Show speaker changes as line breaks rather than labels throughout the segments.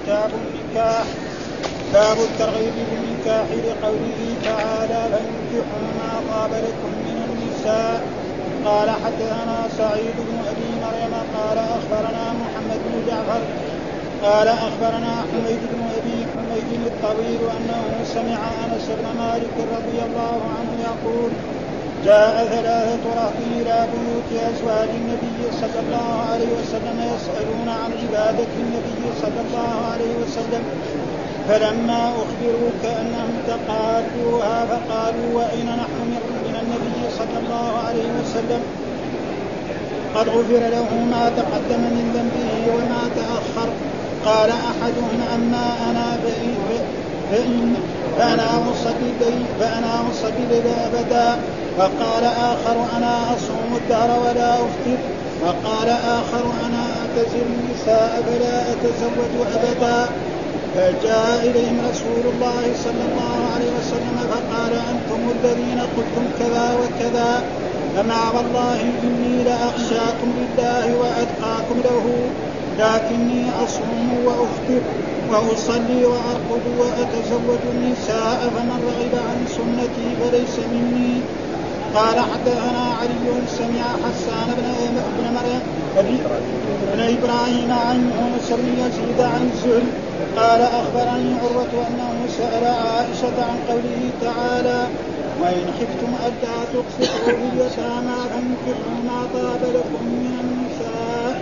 كتاب النكاح. باب الترغيب بالنكاح لقوله تعالى فانكحوا ما طاب لكم من النساء. قال حدثنا سعيد بن ابي مريم قال اخبرنا محمد بن جعفر قال اخبرنا حميد بن ابي حميد الطويل انه سمع انس بن مالك رضي الله عنه يقول جاء 3 رهط إلى بيوت أزواج النبي صلى الله عليه وسلم يسألون عن عبادة النبي صلى الله عليه وسلم فلما أخبروا كأنهم تقالوها فقالوا وأين نحن من النبي صلى الله عليه وسلم قد غفر له ما تقدم من ذنبه وما تأخر. قال أحدهم أما أنا فأنا أصلي أبدا. فقال آخر أنا أصوم الدهر ولا أفطر. وقال آخر أنا أعتزل النساء فلا أتزوج أبدا. فجاء إليهم رسول الله صلى الله عليه وسلم فقال أنتم الذين قلتم كذا وكذا فما والله إني لأخشاكم لله وأتقاكم له لكني أصوم وأفطر وأصلي وأرقد وأتزوج النساء فمن رغب عن سنتي فليس مني. قال حدثنا علي سمع حسان بن مريم بن إبراهيم عن يونس بن يزيد عن الزهري قال أخبرني عروة أنه سأل عائشة عن قوله تعالى وإن خفتم ألا تقسطوا في اليتامى فانكحوا ما طاب لكم من النساء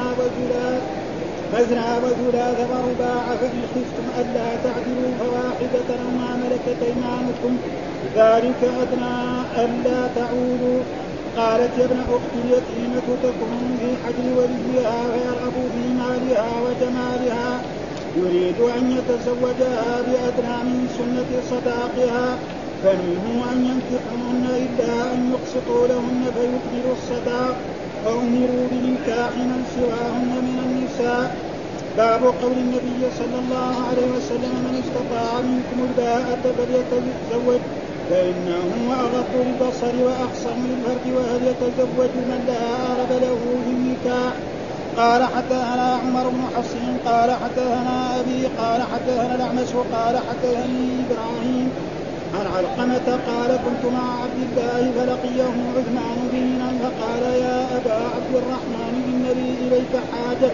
مثنى وثلاث ورباع فإن خفتم ألا تعدلوا فواحدة أو ما ملكت أيمانكم ذلك أدنى ألا تعودوا. قالت يا ابن أخت اليتيمة تكون في حجر وليها ويرغب في مالها وجمالها يريد أن يتزوجها بأدنى من سنة صداقها فمنه أن ينكحهن إلا أن يقسطوا لهن فيكملوا الصداق وأمروا بنكاح من سواهن من النساء. باب قول النبي صلى الله عليه وسلم من استطاع منكم الباءة فليتزوج فإنه أغض للبصر وأحصن للفرج وهل يتزوج من لا أرب له في النكاح. قال حدثنا عمر بن حفص قال حدثنا أبي قال حدثنا الأعمش قال حدثني إبراهيم عن علقمة قال كنت مع عبد الله فلقيه عثمان بن فقال يا أبا عبد الرحمن إن لي إليك حاجة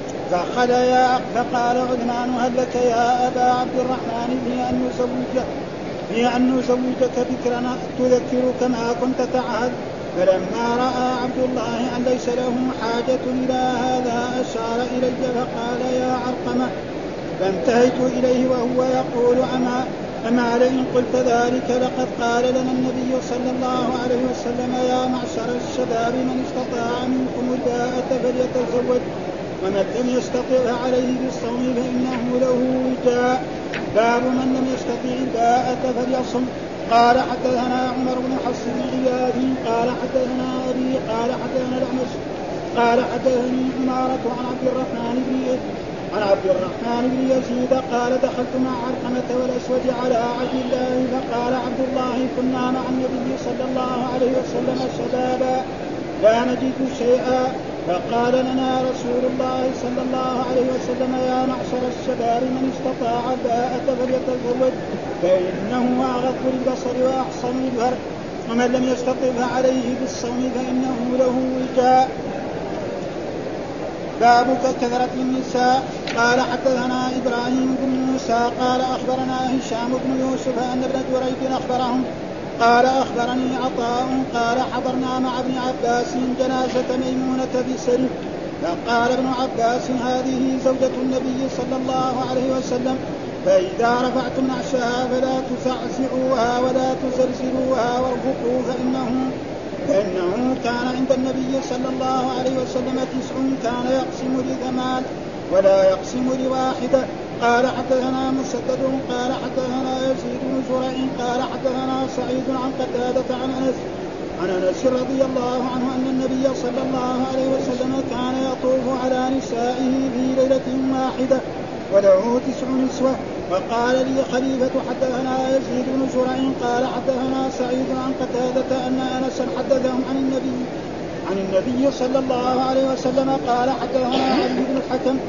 فقال عثمان هل لك يا أبا عبد الرحمن في أن نزوجك بكرا تذكرك ما كنت تعهد. فلما رأى عبد الله أن ليس له حاجة إلى هذا أشار إلي فقال يا علقمة فانتهيت إليه وهو يقول أما لئن قلت ذلك لقد قال لنا النبي صلى الله عليه وسلم يا معشر الشباب من استطاع منكم الباءة فليتزوج ومن لم يستطع عليه بالصوم فإنه له وجاء. باب من لم يستطع الباءة فليصم. قال حدثنا عمر بن حفص بن غياث قال حدثنا أبي قال حدثنا الأعمش قال حدثني عمارة عن عبد الرحمن بن يزيد قال دخلت مع علقمة والأسود على عبد الله فقال عبد الله كنا مع النبي صلى الله عليه وسلم شبابا لا نجد شيئا فقال لنا رسول الله صلى الله عليه وسلم يا معشر الشباب من استطاع الباءة فليتزوج فإنه أغض للبصر وأحصن للفرج ومن لم يستطع عليه بالصوم فإنه له وجاء. باب كثرة النساء. قال حدثنا إبراهيم بن موسى قال أخبرنا هشام بن يوسف أن ابن جريج أخبرهم قال أخبرني عطاء قال حضرنا مع ابن عباس جنازة ميمونة بسرف فقال ابن عباس هذه زوجة النبي صلى الله عليه وسلم فإذا رفعتم نعشها فلا تسعسعوها ولا تزلزلوها وارفقوا فإنه كان عند النبي صلى الله عليه وسلم 9 كان يقسم ل8 ولا يقسم ل1. قال حدثنا مسدد قال حدثنا يزيد بن زرع قال حدثنا سعيد عن قتادة عن أنس رضي الله عنه أن النبي صلى الله عليه وسلم كان يطوف على نسائه في ليلة واحدة وله 9 نسوة. وقال لي خليفة حدثنا يزيد بن زرع قال حدثنا سعيد عن قتادة أن أنسا حدثهم عن النبي صلى الله عليه وسلم قال حدثنا علي بن الحكم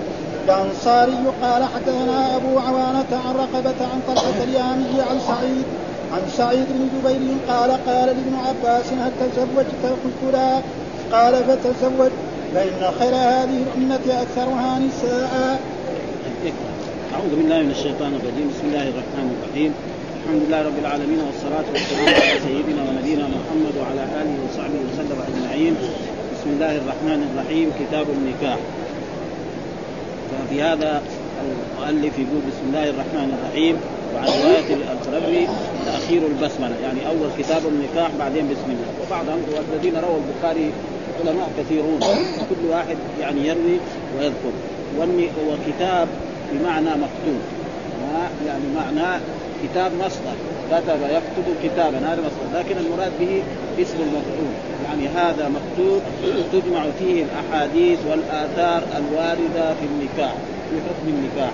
الأنصاري قال حدثنا أبو عوانة عن رقبة عن طلحة اليامي عن سعيد بن جبير قال لابن عباس هل تزوجت؟ قلت لا. قال فتزوج فإن خير هذه الأمة أكثرها نساء.
أعوذ بالله من الشيطان الرجيم. بسم الله الرحمن الرحيم. الحمد لله رب العالمين والصلاة والسلام على سيدنا ونبينا محمد وعلى آله وصحبه وسلم أجمعين. بسم الله الرحمن الرحيم. كتاب النكاح. ففي هذا المؤلف يقول بسم الله الرحمن الرحيم، وعن رواية الفربري تأخير البسملة، يعني أول كتاب النكاح بعدين بسم الله. وبعضهم الذين رووا البخاري علماء كثيرون، كل واحد يعني يروي ويذكر. وكتاب بمعنى مكتوب، يعني معنى كتاب مصدر، كتب يكتب كتابا، هذا مصدر، لكن المراد به اسم المفعول، يعني هذا مكتوب تجمع فيه الأحاديث والآثار الواردة في النكاح، في حكم النكاح.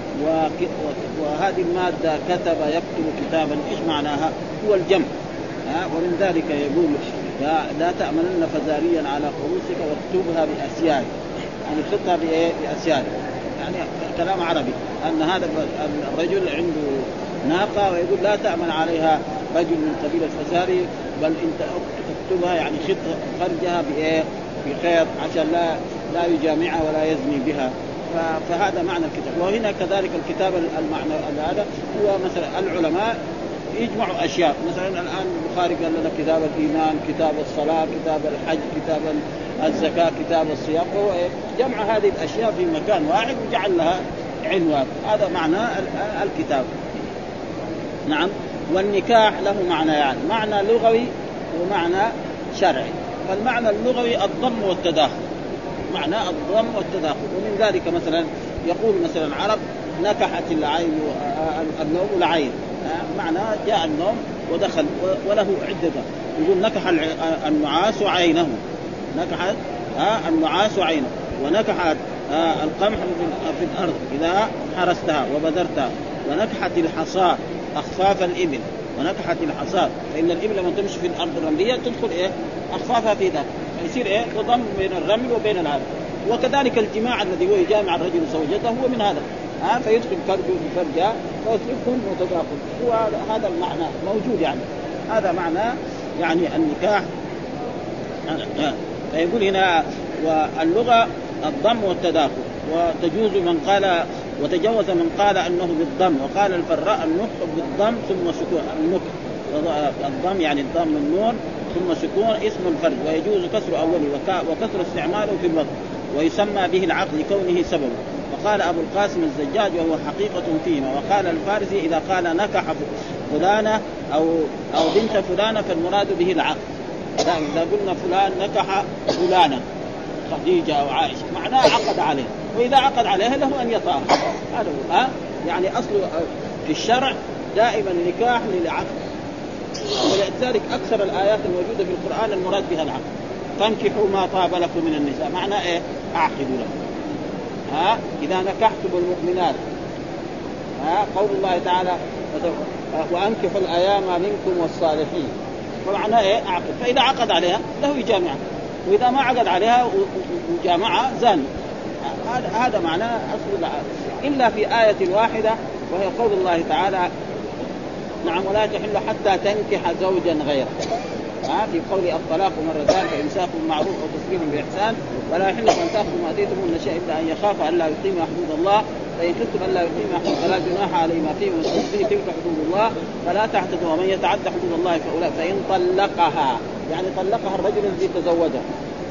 وهذه المادة كتب يكتب كتابا، إيش معناها؟ هو الجمع. ومن ذلك يقول لا تأمنن فزاريا على قروسك واكتبها بأسياد، يعني خطها بأسياد، يعني كلام عربي، أن هذا الرجل عنده ناقة ويقول لا تأمن عليها رجل من قبيلة فزاري، بل انت تكتبها يعني خط فرجها بخير عشان لا يجامعها ولا يزني بها. فهذا معنى الكتاب. وهنا كذلك الكتاب المعنى هذا هو مثلا العلماء يجمعوا أشياء، مثلا الآن البخاري قال لنا كتاب الإيمان، كتاب الصلاة، كتاب الحج، كتاب الزكاة، كتاب الصيام، هو جمع هذه الأشياء في مكان واحد وجعل لها عنوان، هذا معنى الكتاب. نعم. والنكاح له معنى، يعني معنى لغوي ومعنى شرعي. فالمعنى اللغوي الضم والتداخل، معنى الضم والتداخل. ومن ذلك مثلا يقول مثلا العرب نكحت العين النوم العين، معنى جاء النوم ودخل وله عدة. يقول نكح النعاس عينه، نكحت النعاس عينه، ونكحت القمح في الأرض إذا حرستها وبذرتها، ونكحت الحصى أخفاف الإبل، ونكحت الحصى، فإن الإبل لما تمشي في الأرض الرملية تدخل أخفافها في ذلك، فيصير تضم بين الرمل وبين العالم. وكذلك الجماع الذي هو يجامع الرجل زوجته هو من هذا، فيدخل فرجه في فرجها فيصيركم متداخل. هذا المعنى موجود، يعني هذا معنى يعني النكاح. فيقول هنا واللغة الضم والتداخل. وتجوز من قال وتجوز من قال أنه بالضم، وقال الفراء النكح بالضم ثم سكون. النكح الضم يعني الضم النون ثم سكون اسم الفرد، ويجوز كسر أوله وكسر استعماله في اللفظ، ويسمى به العقد لكونه سببا. وقال أبو القاسم الزجاج وهو حقيقة فيهما. وقال الفارسي إذا قال نكح فلانة أو بنت فلانة فالمراد به العقد. إذا قلنا فلان نكح فلانة خديجة أو عائشة معناه عقد عليه، وإذا عقد عليها له أن يطأها. هذا يعني أصل في الشرع دائما النكاح للعقد. ولذلك أكثر الآيات الموجودة في القرآن المراد بها العقد. فانكحوا ما طاب لكم من النساء، معناه أعقدوا لهم. إذا نكحتم المؤمنات، قول الله تعالى وأنكحوا الأيام منكم والصالحين، فمعناه أعقد. فإذا عقد عليها له يجامعها، وإذا ما عقد عليها وجامعها زاني. هذا معناه أصل العقد، إلا في آية واحدة وهي قول الله تعالى نعم ولا تحل حتى تنكح زوجا غيره. في قول الطلاق مرتان فإمساك بالمعروف أو تسريح بإحسان، ولا يحل أن تأخذوا ما آتيتموهن شيئا إلا أن يخاف أن لا يقيم حدود الله، فإن خفتم أن لا يقيم حدود فلا جناح عليهما فيما يتعدى تلك حدود الله فلا تعتدوا، ومن يتعدى حدود الله فأولئك. فإن طلقها يعني طلقها الرجل الذي تزوجها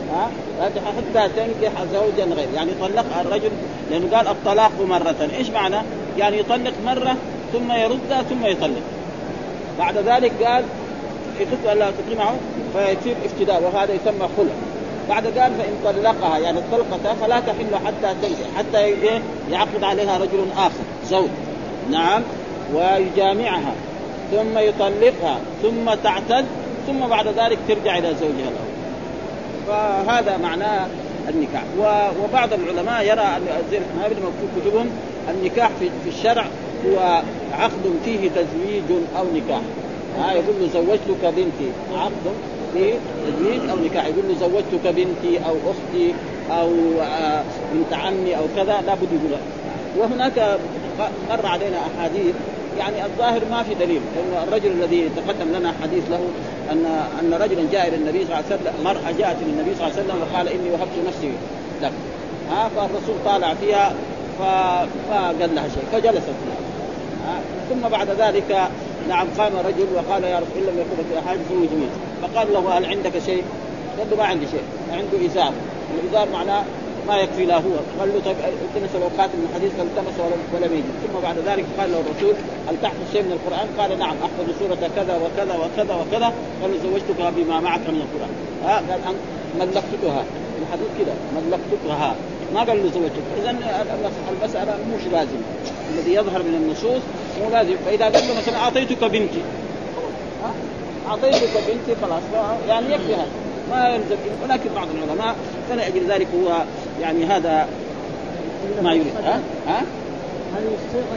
حتى تنكح زوجا غير، يعني طلقها الرجل، لأنه قال الطلاق مرة. إيش معنى؟ يعني يطلق مرة ثم يردها ثم يطلق، بعد ذلك قال يخف ألا تقيم معه فيصير افتداء، وهذا يسمى خلع. بعد قال فإن طلقها يعني طلقتها فلا تحل حتى تنكح، حتى يعقد عليها رجل آخر زوج، نعم، ويجامعها ثم يطلقها ثم تعتد ثم بعد ذلك ترجع إلى زوجها الأول. فهذا معناه النكاح. وبعض العلماء يرى أن زي ما مكتوب كتبهم النكاح في الشرع هو عقد فيه تزويج أو نكاح. يقول له زوجتك بنتي، عقد فيه تزويج أو نكاح. يقول له زوجتك بنتي أو أختي أو بنت عمي أو كذا لا بد يقولها. وهناك مر علينا أحاديث يعني الظاهر ما في دليل، لأن الرجل الذي تقدم لنا حديث له أن رجلا جاء إلى النبي صلى الله عليه وسلم، مرأة جاءت إلى النبي صلى الله عليه وسلم وقال إني وهبت نفسي لك، فالرسول طالع فيها فقال لها شيء فجلست فيها. ثم بعد ذلك نعم قام رجل وقال يا رب إن لم يكن في أحد زوجني، فقال له هل عندك شيء؟ قال له ما عندي شيء، عنده إزار، الإزار معناه ما يكفي له هو. قال له طيب التمس الأوقات من الحديث، قال التمس ولم يجد. ثم بعد ذلك قال له الرسول هل تحفظ شيء من القرآن؟ قال نعم أحفظ سورة كذا وكذا وكذا وكذا. قال زوجتك بما معك من القرآن. قال أن ملكتها، الحديث كده ملكتها، ما قال له زوجتك. إذن المسألة مش لازم، الذي يظهر من النصوص مو لازم. فإذا قال له مثلا أعطيتك بنتي، أعطيتك بنتي خلاص يعني يكفي هذا، ما يلزم. ولكن بعض العلماء فلأجل ذلك هو يعني هذا ما يريد.
هل الصيغة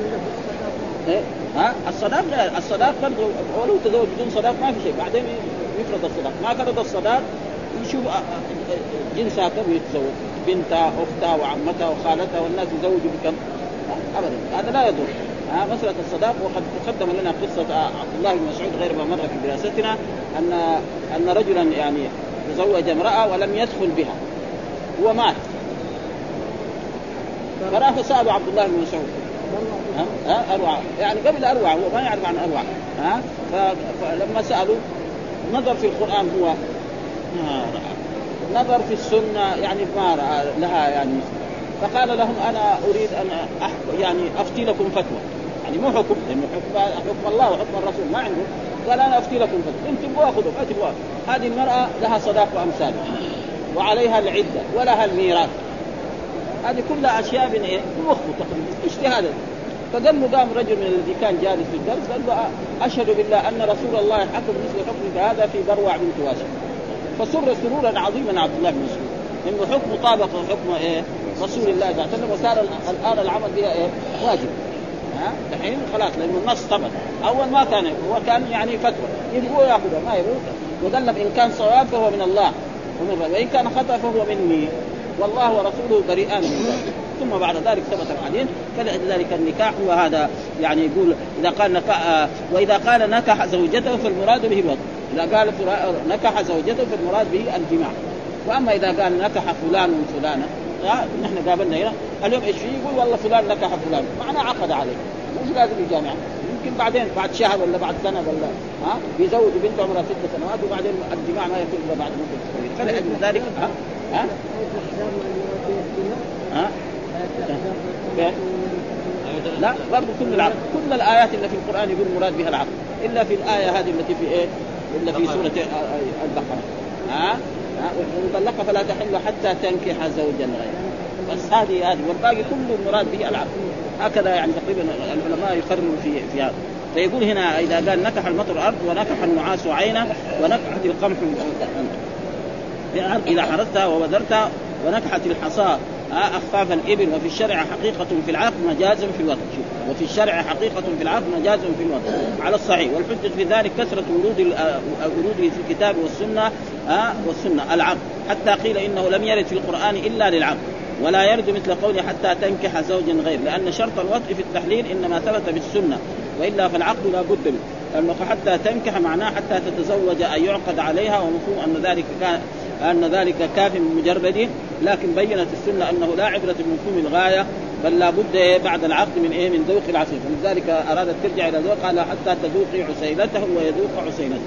لا
الصداق الصداق برضه ولو تزوج بدون صداق ما في شيء، بعدين يفرض الصداق. ما فرض الصداق يشوف جنسها كم يتزوج، بنتها أختها وعمتها وخالتها، والناس يزوجوا بكم أبدا، هذا لا يضر. مسألة الصداق وقد تقدم لنا قصة عبد الله بن مسعود غير ما مر في دراستنا أن رجلا يعني تزوج امرأة ولم يدخل بها ومات، فراه سأل عبد الله بن مسعود أروع، يعني قبل أروع هو ما يعرف عن أروع. فلما سألوا نظر في القرآن هو نظر في السنة يعني ما رأى لها يعني. فقال لهم أنا أريد أن يعني أفتي لكم فتوى، يعني مو حكم، لأنه حكم الله وحكم الرسول ما عنده. قال أنا أفتي لكم فتوى، إن تبغوا أخذوا ما تبغوا. هذه المرأة لها صداق وأمثاله، وعليها العدة ولها الميراث، هذه كلها أشياء من إيه؟ مخه تقريبا اجتهادا. فقال له قام رجل من الذي كان جالس في الدرس قال له أشهد بالله أن رسول الله حكم مثل حكمك هذا في بروع بنت واسع. فسر سرورا عظيما عبد الله بن مسعود إنه حكم طابق حكم إيه؟ رسول الله صلى الله عليه وسلم، وصار الآن العمل بها إيه؟ واجب. الحين خلاص لأنه النص طبعا أول ما كان هو كان يعني فتوى يبغوا يأخذها ما يبغوا، وقال إن كان صواب فهو من الله وإن كان خطأ فهو مني، والله ورسوله بريئان من ذلك. ثم بعد ذلك ثبت الحديث. فلذلك النكاح هو هذا، يعني يقول إذا قال وإذا قال نكح زوجته فالمراد به الوطء، إذا قال نكح زوجته فالمراد به الجماع. وأما إذا قال نكح فلان وفلانة، نحن قابلنا هنا اليوم إيش فيه؟ يقول والله فلان نكح فلان، معناه عقد عليه، مش لازم يجامع، يمكن بعدين بعد شهر ولا بعد سنة ولا بيزوج بنت عمرها 6 سنوات وبعدين الجماع ما يكون إلا بعد مدة طويلة. فلأجل ذلك لا برضو كل الآيات اللي في القرآن يقول مراد بها العقد، إلا في الآية هذه التي في إيه؟ إلا في سورة البقرة والمطلقة فلا تحل حتى تنكح زوجا غيره، بس هذه والباقي كله مراد به العقد. هكذا يعني تقريبا العلماء يقرروا في هذا. فيقول هنا إذا قال نكح المطر الأرض ونكح النعاس عينه ونكحت القمح إذا حرثتها وبذرتها ونكحت الحصى أخفاف الإبل. وفي الشرع حقيقة في العقد مجاز في الوضع، وفي الشرع حقيقة في العقد مجاز في الوضع على الصحيح. والحجة في ذلك كثرة وروده في الكتاب والسنة العقد، حتى قيل إنه لم يرد في القرآن إلا للعقد، ولا يرد مثل قوله حتى تنكح زوجا غير، لأن شرط الوطء في التحليل إنما ثبت بالسنة، وإلا فالعقد لا بد منه. لأنه حتى تنكح معناه حتى تتزوج أن يعقد عليها، ومفهوم أن ذلك كاف من مجرده، لكن بينت السنة أنه لا عبرة بمفهوم الغاية، بل لا بد بعد العقد من ذوق العسل. فلذلك أرادت ترجع إلى ذوق، قال حتى تذوقي عسيلته ويذوق عسيلته.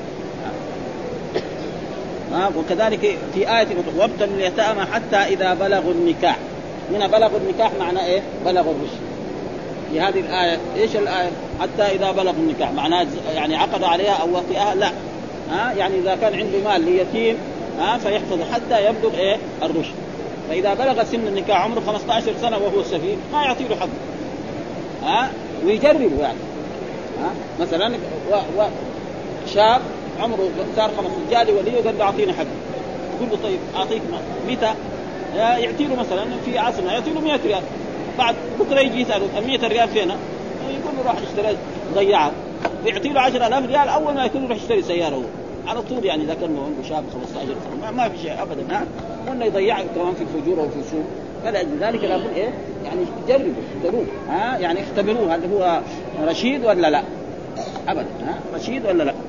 وكذلك في آية وابتلوا اليتامى حتى إذا بلغوا النكاح. هنا بلغوا النكاح معناه إيه؟ بلغوا الرشد. في هذه الآية إيش الآية؟ حتى إذا بلغوا النكاح معناه يعني عقد عليها أو وطئها؟ لا، يعني إذا كان عنده مال ليتيم فيحفظ حتى يبلغ إيه؟ الرشد. فإذا بلغ سن النكاح عمره 15 سنة وهو سفيه ما يعطي له حظ، ويجربه يعني. مثلا شاب عمره صار 15 جالي وليه وقال له أعطيني حق، يقول له طيب أعطيك متى؟ يعطي له مثلا في عصرنا يعطي له 100 ريال، بعد بكرة يجي يسأله 100 ريال فينا؟ يقول له روح اشتري ضيعه، يعطي له 10,000 ريال، أول ما يكون يروح يشتري سيارة هو على طول يعني إذا كان شاب 15 سنة ما في شيء أبدا وإنه يضيع كمان في الفجور وفي السوء. فلذلك لابد يعني جربوا يعني اختبروه هل هو رشيد ولا لا أبدا رشيد ولا لا.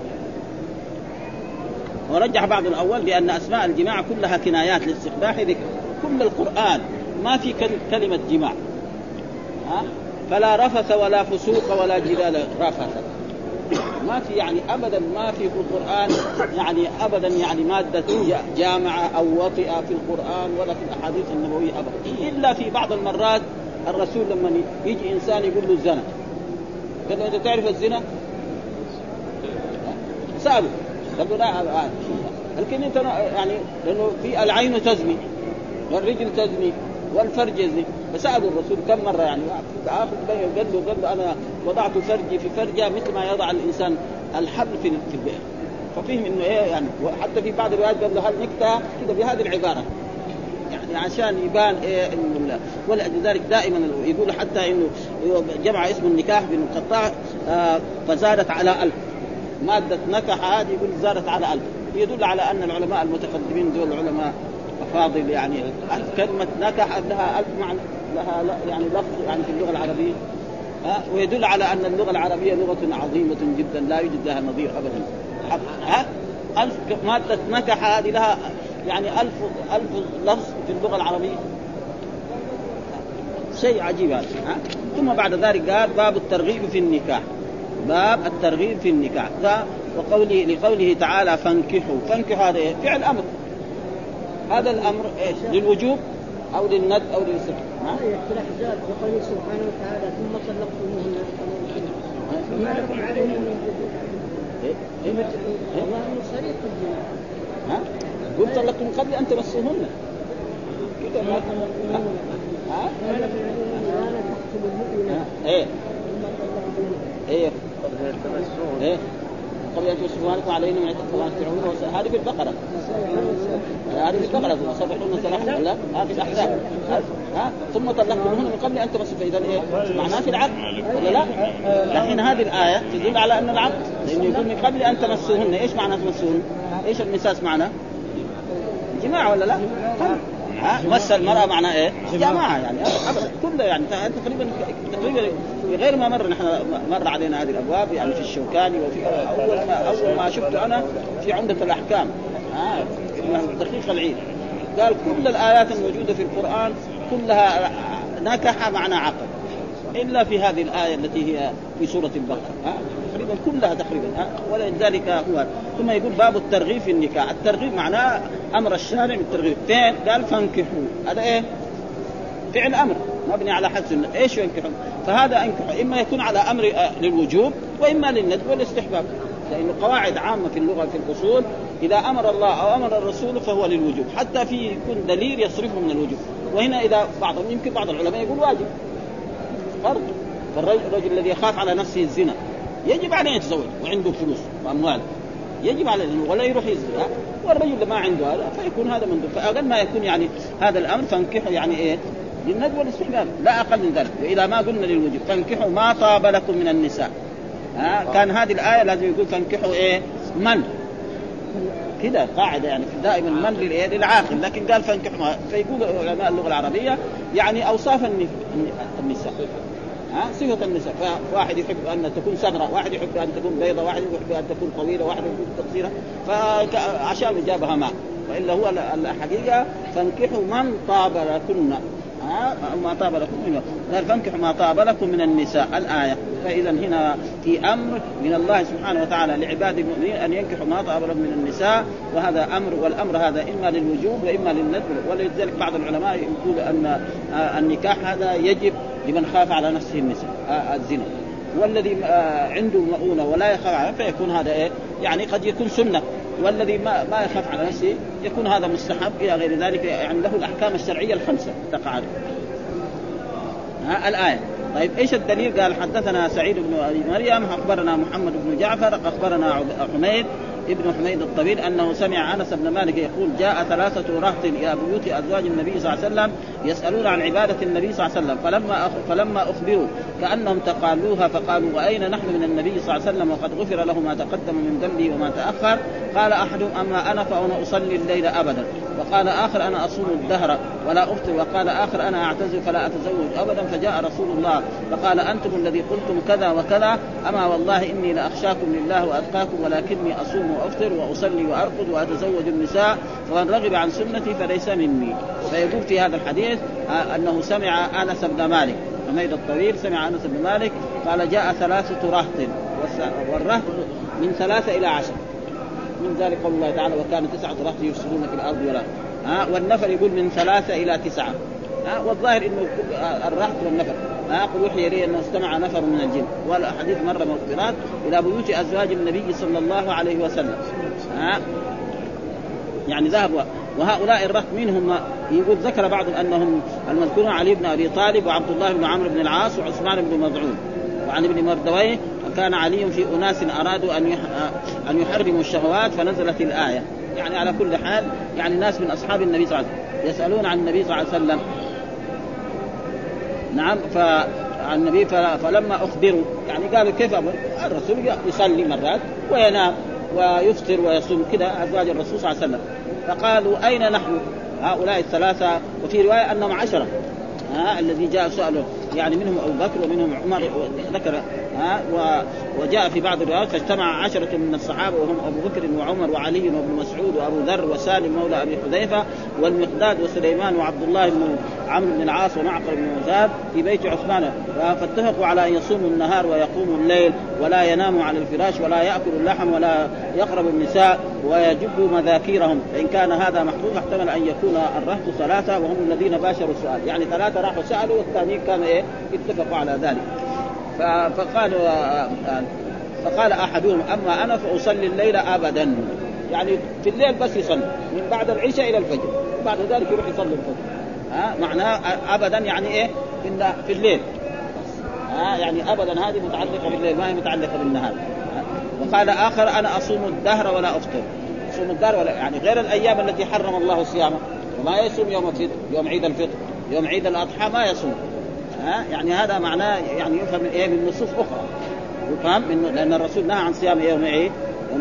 ورجح بعض الأول لأن أسماء الجماع كلها كنايات لاستقباح ذكر. كل القرآن ما في كلمة جماع فلا رفث ولا فسوق ولا جدال رفث ما في يعني أبدا ما في القرآن يعني أبدا يعني مادة جامعة أو وطئة في القرآن ولا في الأحاديث النبوية أبدا إلا في بعض المرات الرسول لما يجي إنسان يقول له الزنا قال له أنت تعرف الزنا سأله قال له لا لكن أنت يعني لأنه في العين تزني والرجل تزني والفرج يزني. فسأل الرسول كم مرة يعني قال له أنا وضعت فرجي في فرجة مثل ما يضع الإنسان الحبل في البئر. ففهم إنه يعني وحتى في بعض الروايات قال له هل نكتة كده بهذه العبارة يعني عشان يبان إنه ولذلك دائما يقول حتى إنه جمع اسم النكاح بن القطاع فزادت على 1000 مادة نكح هذه يقول زادت على 1000 يدل على أن العلماء المتقدمين دول علماء فاضل يعني كلمة نكح لها 1000 معنى لها يعني لفظ يعني في اللغة العربية ويدل على أن اللغة العربية لغة عظيمة جدا لا يوجد لها نظير أبدا. 1000 مادة نكح هذه لها يعني 1000 لفظ في اللغة العربية شيء عجيب هذا. ثم بعد ذلك قال باب الترغيب في النكاح باب الترغيب في النكاح لقوله تعالى فانكحوا هذا فعل أمر هذا الأمر للوجوب أو للند أو للاستحباب.
في الأحزاب يقول سبحانه وتعالى ثم طلقتموهن فما لكم عليهن والله صريح الجماع
قلت طلقتم قبل أن تمسوهن كده ما قبل أن تمسوهن عليهن من عتق هذه في البقرة هذه في البقرة صفحون ثلاثة لا في الأحزاب ثم طلقتموهن من قبل أن تمسوا. فإذا معناه في العقد ولا لا؟ لكن هذه الآية تدل على أن العقد لأنه يقول من قبل أن تمسوهن. إيش معنى تمسوهن؟ إيش المساس معناه؟ جماعة ولا لا؟ مس المرأة معناه إيه؟ جماعة يعني كله يعني تقريبا غير ما مر علينا هذه الأبواب يعني في الشوكاني وفي أول ما شفت أنا في عمدة الأحكام دقيق العيد قال كل الآيات الموجودة في القرآن كلها نكح معنى عقد إلا في هذه الآية التي هي في سورة البقرة تقريبا كلها تقريبا ولذلك هو. ثم يقول باب الترغيب في النكاح. الترغيب معناه أمر الشارع بالترغيب. فين قال فانكحوا هذا إيه فعل أمر مبني على حدث إيش ينكحوا. فهذا أنكحوا إما يكون على أمر للوجوب وإما للندب والاستحباب لأنه قواعد عامة في اللغة في الأصول إذا أمر الله أو أمر الرسول فهو للوجوب حتى في يكون دليل يصرفه من الوجوب. وهنا إذا يمكن بعض العلماء يقول واجب فرض. فالرجل الذي يخاف على نفسه الزنا يجب عليه يتزوج وعنده فلوس وأموال يجب عليه ولا يروح يزنا. والرجل اللي ما عنده هذا فيكون هذا مندوب. فأقل ما يكون يعني هذا الأمر فانكحوا يعني إيه للندب والاستحباب لا أقل من ذلك. وإذا ما قلنا للوجوب فانكحوا ما طاب لكم من النساء كان هذه الآية لازم يقول فانكحوا إيه من كده قاعدة يعني دائما من للعاقل. لكن قال فانكحوا فيقول علماء اللغة العربية يعني أوصاف النساء صفة النساء. فواحد يحب أن تكون سمراء واحد يحب أن تكون بيضة واحد يحب أن تكون طويلة واحد يحب قصيرة فعشان جابها ما وإلا هو الحقيقة فانكحوا من طاب لكن ما طاب لكم قال فانكحوا ما طاب لكم من النساء الآية. فإذا هنا في أمر من الله سبحانه وتعالى لعباد المؤمنين أن ينكحوا ما طاب لهم من النساء وهذا أمر والأمر هذا إما للوجوب وإما للندب. ولذلك بعض العلماء يقول أن النكاح هذا يجب لمن خاف على نفسه الزنا والذي عنده مؤونة ولا يخاف على فيكون هذا إيه يعني قد يكون سنة والذي ما يخاف على نفسه يكون هذا مستحب إلى غير ذلك يعني له الأحكام الشرعية الخمسة تقع الآية. طيب إيش الدليل؟ قال حدثنا سعيد بن أبي مريم أخبرنا محمد بن جعفر أخبرنا حميد ابن حميد الطويل أنه سمع أنس بن مالك يقول جاء 3 رهط إلى بيوت أزواج النبي صلى الله عليه وسلم يسألون عن عبادة النبي صلى الله عليه وسلم، فلما أخبروا كأنهم تقالوها فقالوا وأين نحن من النبي صلى الله عليه وسلم وقد غفر له ما تقدم من ذنبه وما تأخر. قال أحدهم أما أنا فأنا أصلي الليل أبدا، وقال آخر أنا أصوم الدهر ولا أفطر، وقال آخر أنا أعتزل فلا أتزوج أبدا. فجاء رسول الله فقال أنتم الذي قلتم كذا وكذا، أما والله إني لأخشاكم لله وأتقاكم، ولكني أصوم وأفطر وأصلي وأرقد وأتزوج النساء، ومن رغب عن سنتي فليس مني. فيقول في هذا الحديث أنه سمع أنس بن مالك حميد الطويل سمع أنس بن مالك قال جاء 3 رهط، والرهط من 3 إلى 10، من ذلك قول الله تعالى وكان 9 رهط يفسدون في الأرض ولا والنفر يقول من 3 إلى 9. والظاهر إنه الرهط والنفر. قل وحي لي أنه استمع نفر من الجن، والحديث مرة مخبرات إلى بيوت أزواج النبي صلى الله عليه وسلم. يعني ذهب. وهؤلاء الرهط منهم يقول ذكر بعض أنهم المذكورون علي بن أبي طالب وعبد الله بن عمرو بن العاص وعثمان بن مظعون. وعن ابن مردويه وكان علي في أناس أرادوا أن يحرموا الشهوات فنزلت الآية. يعني على كل حال يعني ناس من أصحاب النبي صلى الله عليه وسلم يسألون عن النبي صلى الله عليه وسلم. نعم. فعن النبي فلما أخبروا يعني قالوا كيف الرسول يصلي مرات وينام ويفطر ويصوم كذا أزواج الرسول صلى الله عليه وسلم، فقالوا أين نحن هؤلاء 3؟ وفي رواية أنهم 10 الذي جاء سأله، يعني منهم أبو بكر ومنهم عمر ذكر. وجاء في بعض الروايات فاجتمع 10 من الصحابة وهم أبو بكر وعمر وعلي وابن مسعود وأبو ذر وسالم مولى أبي حذيفة والمقداد وسليمان وعبد الله بن عمرو بن العاص ومعقل بن مزاد في بيت عثمان، فاتفقوا على أن يصوموا النهار ويقوموا الليل ولا يناموا على الفراش ولا يأكلوا اللحم ولا يقربوا النساء ويجبوا مذاكيرهم، فإن كان هذا محظوظ احتمل أن يكون الرهط 3 وهم الذين باشروا السؤال، يعني 3 راحوا سألوا والثانيين كانوا اتفقوا على ذلك. فقال أحدهم أما أنا فأصلي الليل أبدا، يعني في الليل بس يصلي من بعد العشاء إلى الفجر، بعد ذلك يروح يصلي الفجر. معناه أبدا يعني إيه في الليل. يعني أبدا هذه متعلقة بالليل ما هي متعلقة بالنهار. وقال آخر أنا أصوم الدهر ولا أفطر. أصوم الدهر ولا يعني غير الأيام التي حرم الله صيامها، وما يصوم يوم الفطر يوم عيد الفطر يوم عيد الأضحى ما يصوم. يعني هذا معناه يعني يفهم من نصوص أخرى، يفهم لأن الرسول نهى عن صيام يوم عيد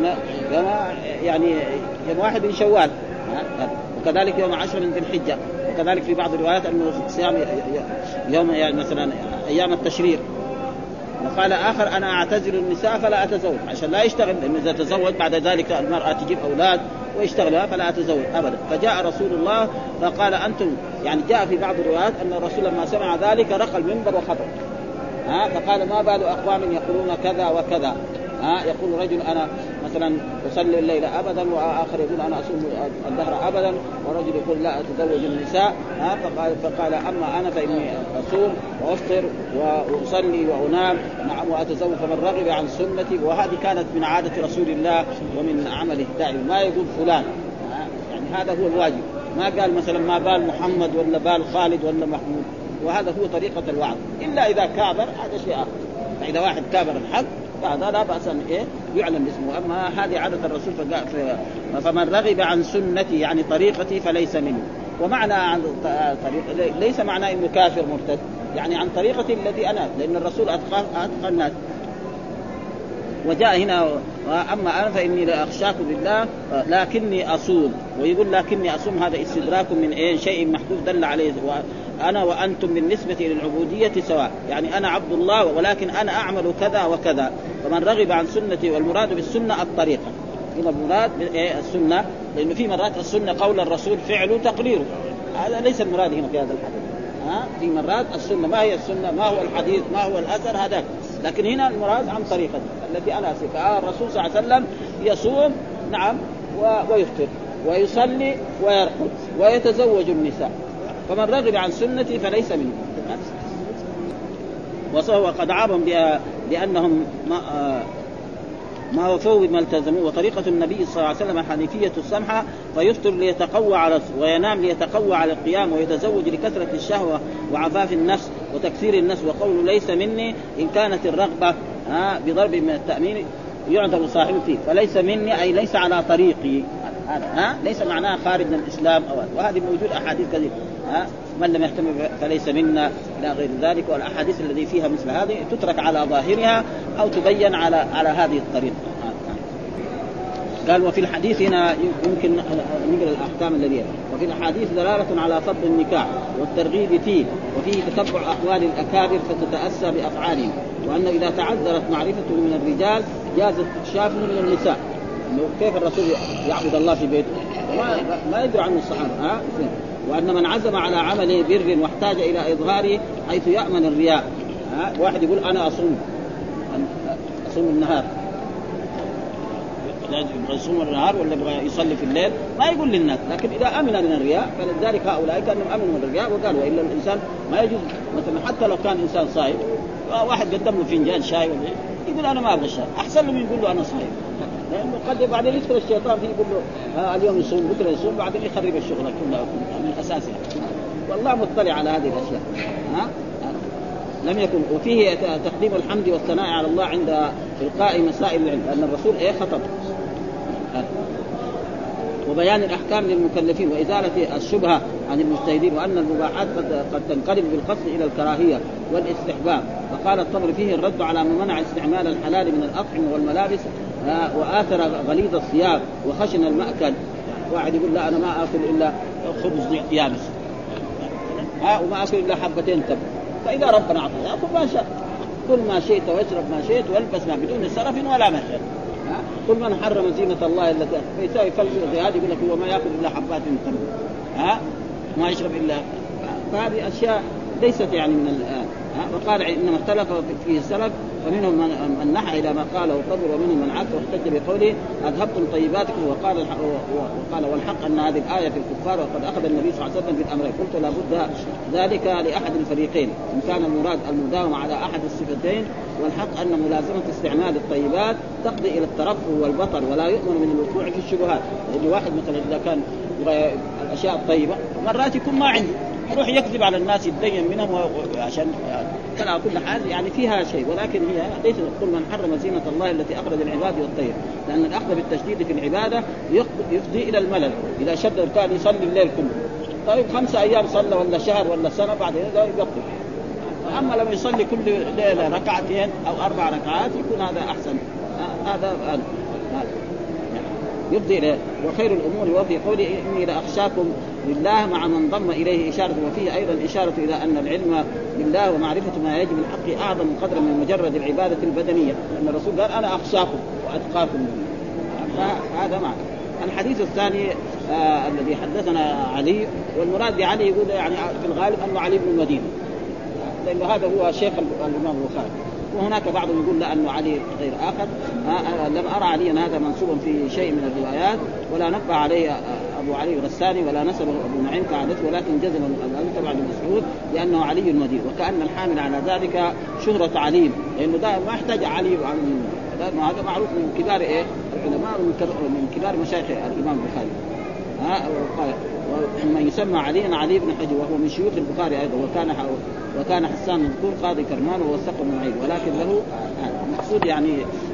يعني يوم 1 من شوال، وكذلك يوم 10 من ذي الحجة، وكذلك في بعض الروايات أنه صيام يوم يعني مثلا أيام التشريق. وقال آخر أنا أعتزل النساء فلا أتزوج، عشان لا يشتغل، لأنه إذا تزوج بعد ذلك المرأة تجيب أولاد ويشتغلها فلا أتزوج أبدا. فجاء رسول الله فقال أنتم، يعني جاء في بعض الروايات أن الرسول لما سمع ذلك رقى المنبر وخطب. فقال ما بال أقوام يقولون كذا وكذا. يقول رجل أنا مثلا أصلي الليل أبدا، وآخر يقول أنا أصوم الدهر أبدا، ورجل يقول لا أتزوج النساء. فقال أما أنا فإني أصوم وأفطر وأصلي وأنام وأتزوج، فمن رغب عن سنتي. وهذه كانت من عادة رسول الله ومن عمله دائما، ما يقول فلان، يعني هذا هو الواجب. ما قال مثلا ما بال محمد ولا بال خالد ولا محمود، وهذا هو طريقة الوعظ، إلا إذا كابر هذا شيء آخر. فإذا واحد كابر الحق هذا لا بأس أن يعلم اسمه. أما هذه عادة الرسول فمن رغب عن سنتي يعني طريقتي فليس مني. ومعنى عن طريق ليس معناه إنه كافر مرتد، يعني عن طريقتي التي أنا، لأن الرسول أتقى الناس. وجاء هنا أما أنا فإني لأخشاكم بالله لكني أصوم، ويقول لكني أصوم هذا استدراك من شيء محدود دل عليه. أنا وأنتم بالنسبة للعبودية سواء، يعني أنا عبد الله ولكن أنا أعمل كذا وكذا. فمن رغب عن سنتي، والمراد بالسنة الطريقة، هنا المراد السنة، لأنه في مرات السنة قول الرسول فعله تقريره، هذا ليس المراد هنا في هذا الحديث. في مرات السنة ما هي السنة، ما هو الحديث، ما هو الأثر هذاك، لكن هنا المراد عن طريقتي التي أنا أسير. الرسول صلى الله عليه وسلم يصوم نعم ويفطر ويصلي ويرقد ويتزوج النساء، فمن رغب عن سنتي فليس مني. وهو قد عابهم بأنهم ما وفوا بما التزموا. وطريقة النبي صلى الله عليه وسلم حنيفية السمحة، فيفطر ليتقوى على وينام ليتقوى على القيام، ويتزوج لكثرة الشهوة وعفاف النفس وتكثير النفس. وقول ليس مني إن كانت الرغبة بضرب من التأمين يعذر صاحبه فيه فليس مني أي ليس على طريقي هذا ليس معناه خارج من الإسلام وهذه موجود أحاديث كثيرة من لم يهتم فليس منا إلى غير ذلك. والأحاديث الذي فيها مثل هذه تترك على ظاهرها أو تبين على هذه الطريقة. قال وفي الحديث هنا يمكن نقرأ الأحكام الذي وفي الحديث دلالة على فضل النكاح والترغيب فيه وفيه تتبع أحوال الأكابر فتتأسى بأفعالهم وأنه إذا تعذرت معرفته من الرجال جاز اكتشافه من النساء كيف الرسول يعبد الله في بيته ما يدري عنه الصحابة وأن من عزم على عمل بر واحتاج إلى إظهاره حيث يأمن الرياء واحد يقول أنا أصوم النهار يبغى يصوم النهار ولا يبغى يصلي في الليل ما يقول للناس لكن إذا أمن من الرياء فلذلك هؤلاء كانوا أمنوا من الرياء وقالوا وإلا الإنسان ما يجوز مثلا حتى لو كان إنسان صائم واحد قدم له فنجان شاي يقول أنا ما أبغى الشاي أحسن له من يقول له أنا صائم لأنه قد بعدين يدخل الشيطان فيه يقول له اليوم يصوم بكرة يصوم بعدين يخرب الشغل كله من أساسها والله مطلع على هذه الأشياء لم يكن. وفيه تقديم الحمد والثناء على الله عند إلقاء مسائل العلم لأن الرسول خطب وبيان الأحكام للمكلفين وإزالة الشبهة عن المجتهدين وأن المباحات قد تنقلب بالقصد إلى الكراهية والاستحباب. فقال الطبري فيه الرد على من منع استعمال الحلال من الأطعمة والملابس وآثر غليظ الثياب وخشن المأكل. واحد يقول لا أنا ما أكل إلا خبز يابس وما أكل إلا حبتين تمر فإذا ربنا أعطى يأكل ما شاء كل ما شئت واشرب ما شئت والبس ما بدون سرف ولا مشهد. كل من حرم زينة الله التي فيساوي فلسفة هذه يقول لك هو ما يأكل إلا حبات تمر ما يشرب إلا فهذه أشياء ليست يعني من وقال إنما اختلف فيه السلف فمنهم من نحى إلى ما قاله الطبري ومنهم من عكس واحتج بقوله أذهبتم طيباتكم وقال والحق أن هذه الآية في الكفار وقد أخذ النبي صلى الله عليه وسلم بالأمرين. قلت لابد ذلك لأحد الفريقين إن كان المراد المداومة على أحد الصفتين والحق أن ملازمة استعمال الطيبات تقضي إلى الترفه والبطر ولا يؤمن من الوقوع في الشبهات. يعني واحد مثلا إذا كان يبغى الأشياء الطيبة مرات يكون ما عنده يروح يكذب على الناس يتدين منهم عشان كل حال يعني فيها شيء ولكن هي ليس كل من حرم زينة الله التي أخرج العباد والطيب لأن الأخذ بالتشديد في العبادة يفضي إلى الملل. إذا شد كان يصلي الليل كله طيب 5 أيام صلى ولا شهر ولا سنة بعدين يبطل. أما لما يصلي كل ليلة 2 ركعتين أو 4 ركعات يكون هذا أحسن. هذا يفضي إليه. وخير الأمور وفي قوله إني لأخشاكم لله مع من ضم إليه إشارة وفيه أيضا إشارة إلى أن العلم بالله ومعرفة ما يجب الحق أعظم قدرا من مجرد العبادة البدنية لأن الرسول قال أنا أخشاكم وأتقاكم. هذا معنى. الحديث الثاني الذي حدثنا علي والمراد بعلي يقول يعني في الغالب أنه علي بن المدينة لأنه هذا هو شيخ الإمام البخاري وهناك بعضهم يقول لا أنه علي غير آخر. لم أرى عليا هذا منصوبا في شيء من الروايات ولا نبه عليه أبو علي الغساني ولا نسبه أبو نعيم كعادته ولكن جزم تبع المسعود لأنه علي المدين وكأن الحامل على ذلك شهرة علي لأنه دائما ما يحتاج علي لأنه هذا معروف من كبار العلماء من كبار مشايخ الإمام البخاري. ومن يسمى علي بن حجر وهو من شيوخ البخاري أيضا وكان حسان مذكور قاضي كرمان ووثقه من عيد ولكن له المقصود يعني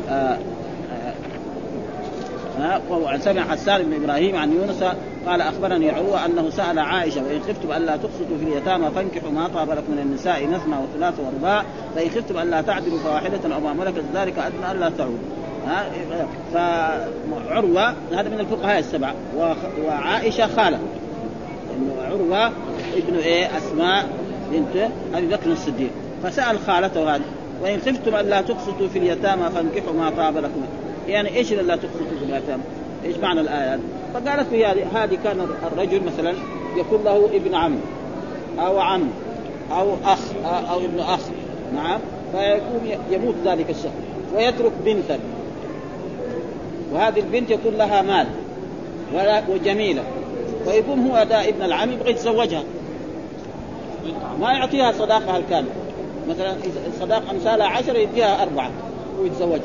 سمع حسان بن إبراهيم عن يونس قال أخبرني عروة أنه سأل عائشة وإن خفتم ألا تقسطوا في اليتامى فانكحوا ما طاب لكم من النساء مثنى وثلاث ورباع فإن خفتم ألا تعدلوا فواحدة أو ما ملكت ذلك أدنى ألا تعودوا. فعروة هذا من الفقهاء السبعة وعائشة خالة إنه عروة ابن أسماء بنت أبي بكر الصديق فسأل خالته هذه وإن خفتم ألا تقسطوا في اليتامى فانكحوا ما طاب لكم يعني إيش لا تقسطوا في اليتامى إيش معنى الآيات. فقالت في هذه كان الرجل مثلا يكون له ابن عم أو عم أو أخ أو ابن أخ نعم فيكون يموت ذلك الشخص ويترك بنتا وهذه البنت يكون لها مال وجميلة ويقوم هو دا ابن العم يبغى يتزوجها ما يعطيها صداقها الكامل مثلا صداق أمثالها 10 يديها 4 ويتزوجها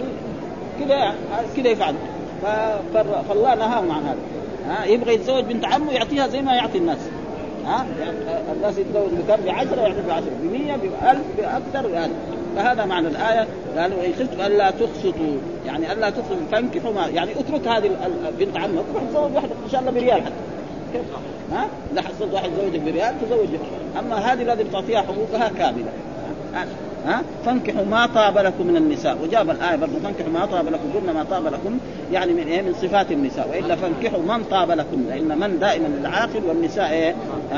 كده يفعل. فالله نهاهم عن هذا يبغى يتزوج بنت عمه يعطيها زي ما يعطي الناس الناس يتزوج بكم ب10 يعطي ب10 ب100 ب1000 بأكثر هذا فهذا معنى الآية. قالوا إن خفتم ألا تقسطوا يعني ألا تقسطوا فانكحوا ما يعني اترك هذه بنت عمك روح تزوج واحدة إن شاء الله بريال حتى ها لا حصلت واحد زوجك بريال تزوجك، أما هذه لازم تعطيها حقوقها كاملة. فانكحوا ما طاب لكم من النساء، وجاب الآية برضو فانكحوا ما طاب لكم قلنا ما طاب لكم يعني من إيه من صفات النساء، وإلا فانكحوا من طاب لكم لأن من دائما العاقل والنساء إيه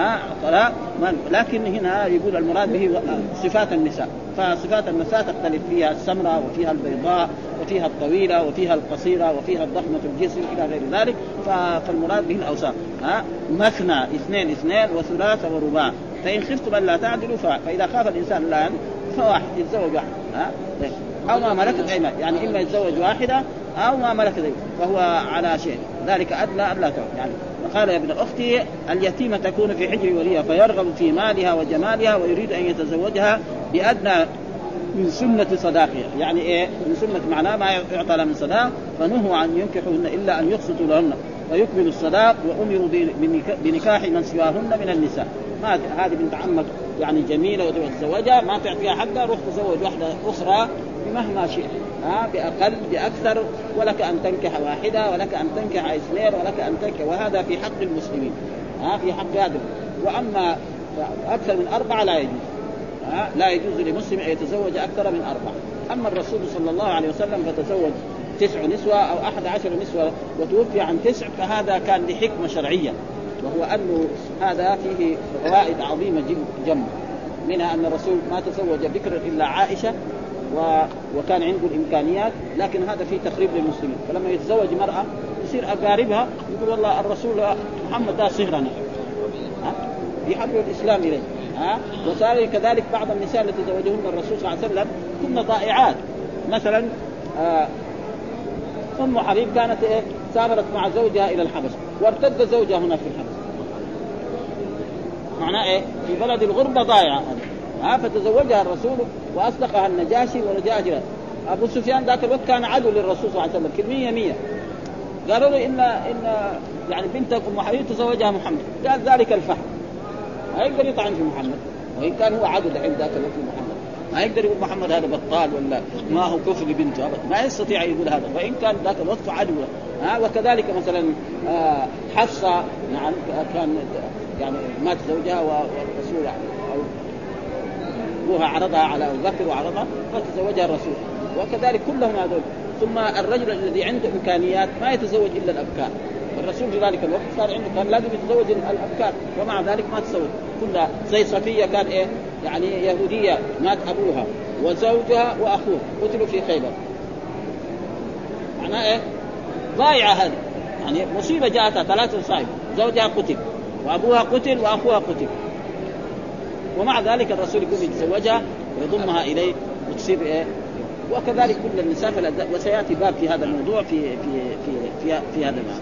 لكن هنا يقول المراد به صفات النساء. فصفات النساء تختلف فيها السمراء وفيها البيضاء وفيها الطويلة وفيها القصيرة وفيها الضخمة الجسم إلى غير ذلك. فالمراد به الأوصاف مثنى اثنين وثلاث ورباع فإن خفتم ألا تعدلوا فإذا خاف الإنسان لا فواحد يتزوج واحد أو ما ملكت أيمانكم يعني إما يتزوج واحدة أو ما ملكت فهو على شيء ذلك أدنى ألا تعدل. يعني قال يا ابن أختي اليتيمة تكون في حجر وليها فيرغب في مالها وجمالها ويريد أن يتزوجها بأدنى من سنة صداقها يعني إيه من سنة معناه ما يعطى لها من صداق فنهوا عن ينكحوهن إلا أن يقسطوا لهن ويكملوا الصداق وأمروا بنكاح من سواهن من النساء. هذه بنت عمك يعني جميلة وتتزوجها ما تعطيها حقها روح تزوج واحدة أخرى بمهما شئت بأقل بأكثر ولك أن تنكح واحدة ولك أن تنكح اثنين ولك أن تنكح وهذا في حق المسلمين في حق هذا. وأما أكثر من 4 لا يجوز لا يجوز لمسلم أن يتزوج أكثر من 4. أما الرسول صلى الله عليه وسلم فتزوج 9 نسوة أو 11 نسوة وتوفي عن 9 فهذا كان لحكمة شرعية وهو أنه هذا فيه فوائد عظيمة جدا منها أن الرسول ما تزوج بكر إلا عائشة وكان عنده الإمكانيات لكن هذا فيه تخريب للمسلمين. فلما يتزوج مرأة يصير أقاربها يقول والله الرسول محمد ده صهرنا يحبب الإسلام إليه وصار كذلك بعض النساء التي تزوجهن الرسول صلى الله عليه وسلم كن ضائعات. مثلا أم حبيب كانت سافرت مع زوجها إلى الحبش وارتد زوجها هنا في الحبش معناه إيه في بلد الغربة ضائعة فتزوجها الرسول وأصدقها النجاشي ونجاشي. أبو سفيان ذاك الوقت كان عدو للرسول صلى الله عليه وسلم كلمية 100 قالوا له إن يعني بنتك أم حبيب تزوجها محمد قال ذلك الفحم ما يقدر يطعن في محمد وإن كان هو عدو عند ذاك الوقت محمد ما يقدر يقول محمد هذا بطال ولا ما هو كفر بنته أبدا ما يستطيع يقول هذا وإن كان ذاك الوقت عدو وكذلك مثلا حفصة يعني كان يعني مات زوجها والرسول أو أبوها عرضها على أبو بكر وعرضها فتزوجها الرسول وكذلك كلهم هذول. ثم الرجل الذي عنده إمكانيات ما يتزوج إلا الأبكار والرسول في ذلك الوقت صار عنده كان لازم يتزوج الأبكار ومع ذلك ما تزوج كلها. زي صفية كان إيه يعني يهودية مات أبوها وزوجها وأخوه قتلوا في خيبر معناه إيه ضايعة هذه يعني مصيبة جاءتها 3 مصائب زوجها قتل وأبوها قتل وأخوها قتل ومع ذلك الرسول يقول يتزوجها ويضمها إليه وتصير إيه. وكذلك كل النساء وسيأتي باب في هذا الموضوع في هذا المعنى.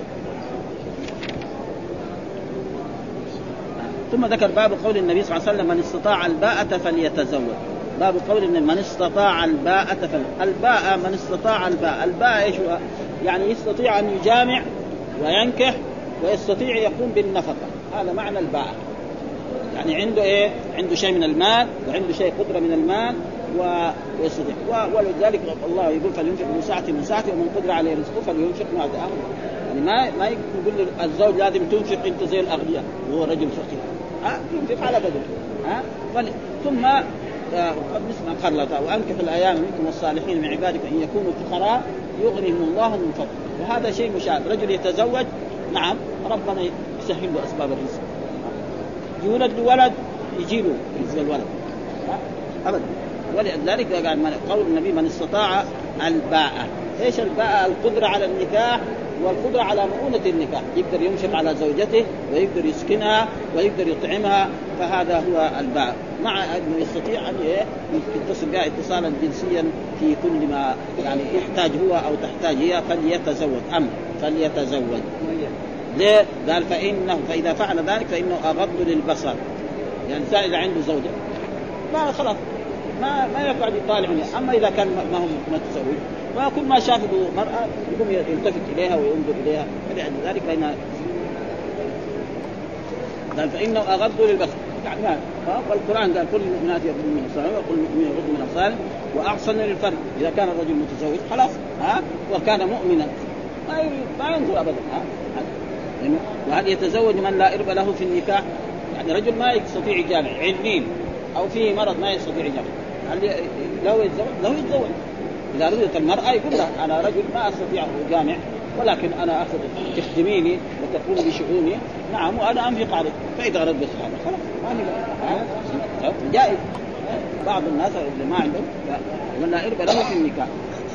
ثم ذكر باب قول النبي صلى الله عليه وسلم من استطاع الباءة فليتزوج. باب قول من استطاع الباءة الباء من استطاع الباء إيش يعني يستطيع أن يجامع وينكح ويستطيع يقوم بالنفقة هذا معنى الباء يعني عنده إيه عنده شيء من المال وعنده شيء قدرة من المال ويستطيع ولذلك الله يقول فلينفق من ساعته ومن قدر عليه رزقه فلينفق ما آتاه يعني ما يقول الزوج لازم تنفق انت زي الاغنياء وهو رجل فقير ينفق على بدل ثم قد نسمع قال الله تعالى وانكحوا الايام منكم والصالحين من عبادكم ان يكونوا فقراء يغنيهم الله من فضله وهذا شيء مشاهد. رجل يتزوج نعم ربنا يسهل له اسباب الرزق يولد له ولد يجي له رزق الولد ابدا. ولذلك قول النبي من استطاع الباءة ايش الباءة القدرة على النكاح والقدرة على مؤونة النكاح يقدر ينفق على زوجته ويقدر يسكنها ويقدر يطعمها فهذا هو الباء مع أنه يستطيع أن يتصل بها اتصالا جنسيا في كل ما يعني يحتاج هو أو تحتاج هي فليتزوج ليه؟ قال فإذا فعل ذلك فإنه أغض للبصر يعني إذا عنده زوجة ما خلاص ما يقعد يطالع منها. أما إذا كان ما هو متزوج وكل ما شافه مرأة يقوم يلتفت إليها وينظر إليها فلأجل ذلك قال فإنه أغض للبصر يعني ما والقرآن قال كل المؤمنات يغضن من أبصارهن وكل المؤمنين يغضن من أبصارهم وأحسن للفرج إذا كان الرجل متزوج خلاص وكان مؤمنا ما ينظر أبدا وهل يتزوج من لا إرب له في النكاح؟ يعني رجل ما يستطيع يجامع علمين أو فيه مرض ما يستطيع يجامع هل لو يتزوج إذا رجلت المرأة يقول لها أنا رجل ما أستطيع أجامع ولكن أنا أخذ تخدميني وتقوم بشؤوني نعم وأنا أنفق عليك فإذا ردت هذا خلاص ما جائز. بعض الناس اللي ما عندهم من لا إرب له في النكاح.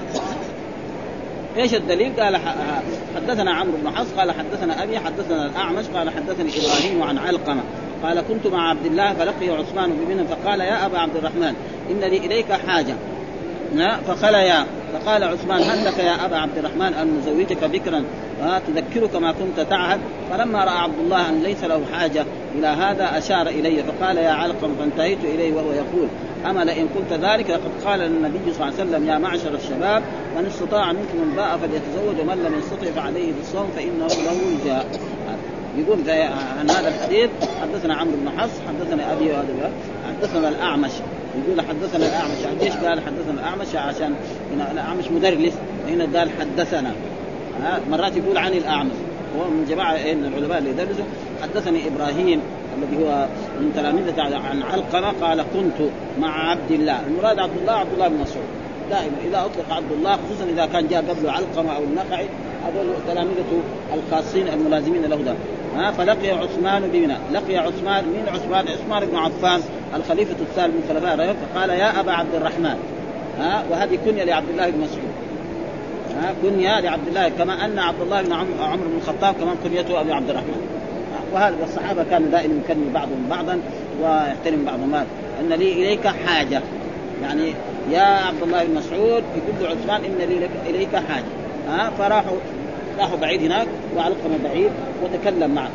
ايش الدليل؟ قال حدثنا عمرو بن حفص قال حدثنا ابي حدثنا الاعمش قال حدثني ابراهيم عن علقمه قال كنت مع عبد الله فلقي عثمان بن فقال يا ابا عبد الرحمن ان لي اليك حاجه فخليا فقال عثمان هل لك يا ابا عبد الرحمن ان نزوجك بكرا تذكرك ما كنت تعهد؟ فلما راى عبد الله ان ليس له حاجه الى هذا اشار الي فقال يا علقم فانتهيت اليه وهو يقول أما لئن قلت ذلك لقد قال النبي صلى الله عليه وسلم يا معشر الشباب من استطاع منكم الباء فليتزوج ومن لم يستطع فعليه بالصوم فإنه له وجاء. يقول عن هذا الحديث حدثنا عمرو بن حفص حدثنا أبي حدثنا الأعمش يقول حدثنا الأعمش. ليش قال حدثنا الأعمش؟ عشان الأعمش مدرس هنا قال حدثنا مرات يقول عن الأعمش هو من جماعة من العلماء اللي درسوا. حدثني إبراهيم الذي هو من تلاميذه عن علقمة قال كنت مع عبد الله. المراد عبد الله بن مسعود دائما إذا أطلق عبد الله خصوصا إذا كان جاء قبله علقمة أو النخعي هذول تلاميذه الخاصين الملازمين له ده. فلقي عثمان بنا لقي عثمان من عثمان بن عفان الخليفة الثالث من خلفاء الرسول فقال يا أبا عبد الرحمن وهذه كنية لعبد الله بن مسعود كنية لعبد الله كما أن عبد الله بن عمرو بن الخطاب كمان كنيته أبي عبد الرحمن. وهذا والصحابة كانوا دائما يكلموا بعضهم بعضا ويحترم بعضهم أن لي إليك حاجة يعني يا عبد الله بن مسعود يقول له عثمان إن لي إليك حاجة فراحوا بعيد هناك وعلقمة بعيد وتكلم معه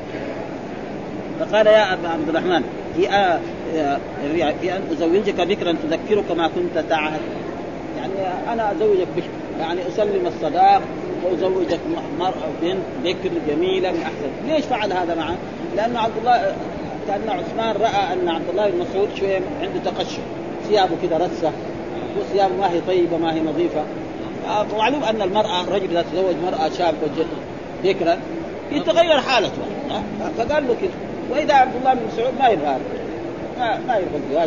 فقال يا أبا عبد الرحمن في أن أزوجك بكرا تذكرك ما كنت تعهد يعني أنا أزوجك بكر يعني أسلم الصداق وأزوجك مرأة بنت بكر جميلة من أحسن. ليش فعل هذا معه؟ لأن عبد الله كأن عثمان رأى أن عبد الله بن مسعود شوية عنده تقشف ثيابه كده رسة وثيابه ما هي طيبة ما هي نظيفة. ومعلوم أن المرأة الرجل إذا تزوج مرأة شابة بكرا يتغير حالته فقال له كده. وإذا عبد الله بن مسعود ما يبغى الزواج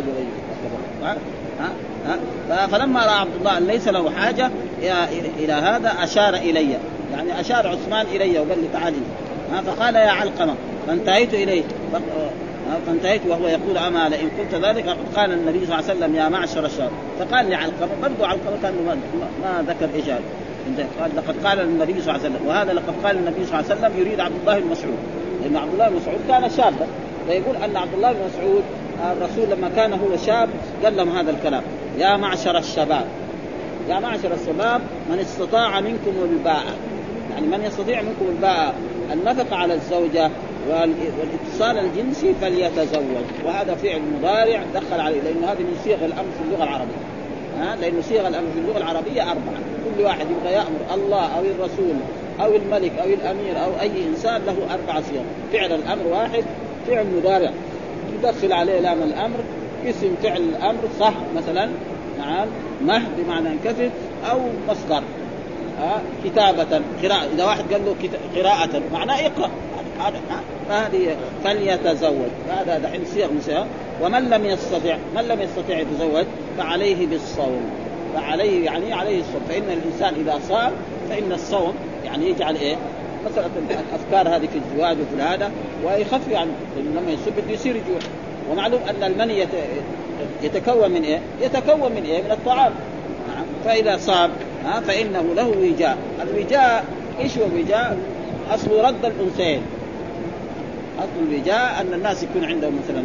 فلما رأى عبد الله أن ليس له حاجة إلى هذا أشار إلي يعني أشار عثمان إلي وقال لي تعالي فقال يا علقمة فانتهيت إليه فانتهيت وهو يقول أما لئن قلت ذلك قال النبي صلى الله عليه وسلم يا معشر الشباب. فقال لعلقمة برضو علقمة كان ما ذكر إيجاد قال لقد قال النبي صلى الله عليه وسلم وهذا لقد قال النبي صلى الله عليه وسلم يريد عبد الله بن مسعود لأن عبد الله بن مسعود كان شابا فيقول أن عبد الله بن مسعود الرسول لما كان هو شاب قال لهم هذا الكلام يا معشر الشباب يا معشر الشباب من استطاع منكم الباءة يعني من يستطيع منكم الباءة النفقة على الزوجة والاتصال الجنسي فليتزوج. وهذا فعل مضارع دخل عليه لأن هذه من صيغ الأمر في اللغة العربية لأن صيغ الأمر في اللغة العربية 4 كل واحد يبغى يأمر الله أو الرسول أو الملك أو الأمير أو أي إنسان له 4 صيغ. فعل الأمر واحد فعل مضارع يدخل عليه لام الأمر اسم فعل الأمر صح مثلا نعم مه بمعنى انكسر أو مصدر كتابة قراءة إذا واحد قال له قراءة معناه اقرأ فهذه فليتزوج هذا دحين صيغ مثلا. ومن لم يستطع يتزوج فعليه بالصوم فعليه يعني عليه الصوم فإن الإنسان إذا صام فإن الصوم يعني يجعل مثلا الأفكار هذه في الزواج وفي هذا ويخفي عنه لما يسبب يصير جوع. ومعلوم أن المني يتكون من يتكون من من الطعام فإذا صام فإنه له وجاء. الوجاء إيش هو الوجاء؟ أصل رد الأنثيين. أصل الوجاء أن الناس يكون عندهم مثلا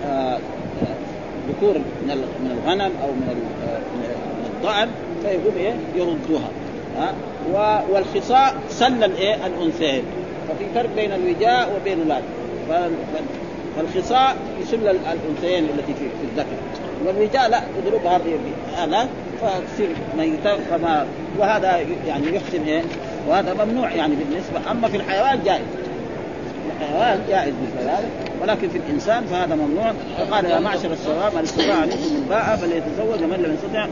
ذكور من الغنم أو من الضأن فيقوم يردوها والخصاء سل الأنثيين ففي فرق بين الوجاء وبين الولاد. فالخصاء يسل الأنثيين التي في الذكر والوجاء لا يضرب هذه الآلات فتصير ميتة وهذا يعني يحسن وهذا ممنوع يعني بالنسبة. أما في الحيوان جائز الحيوان جائز بذلك، ولكن في الإنسان فهذا ممنوع. فقال يا معشر الشباب من استطاع منكم الباءة فليتزوج ومن لم يستطع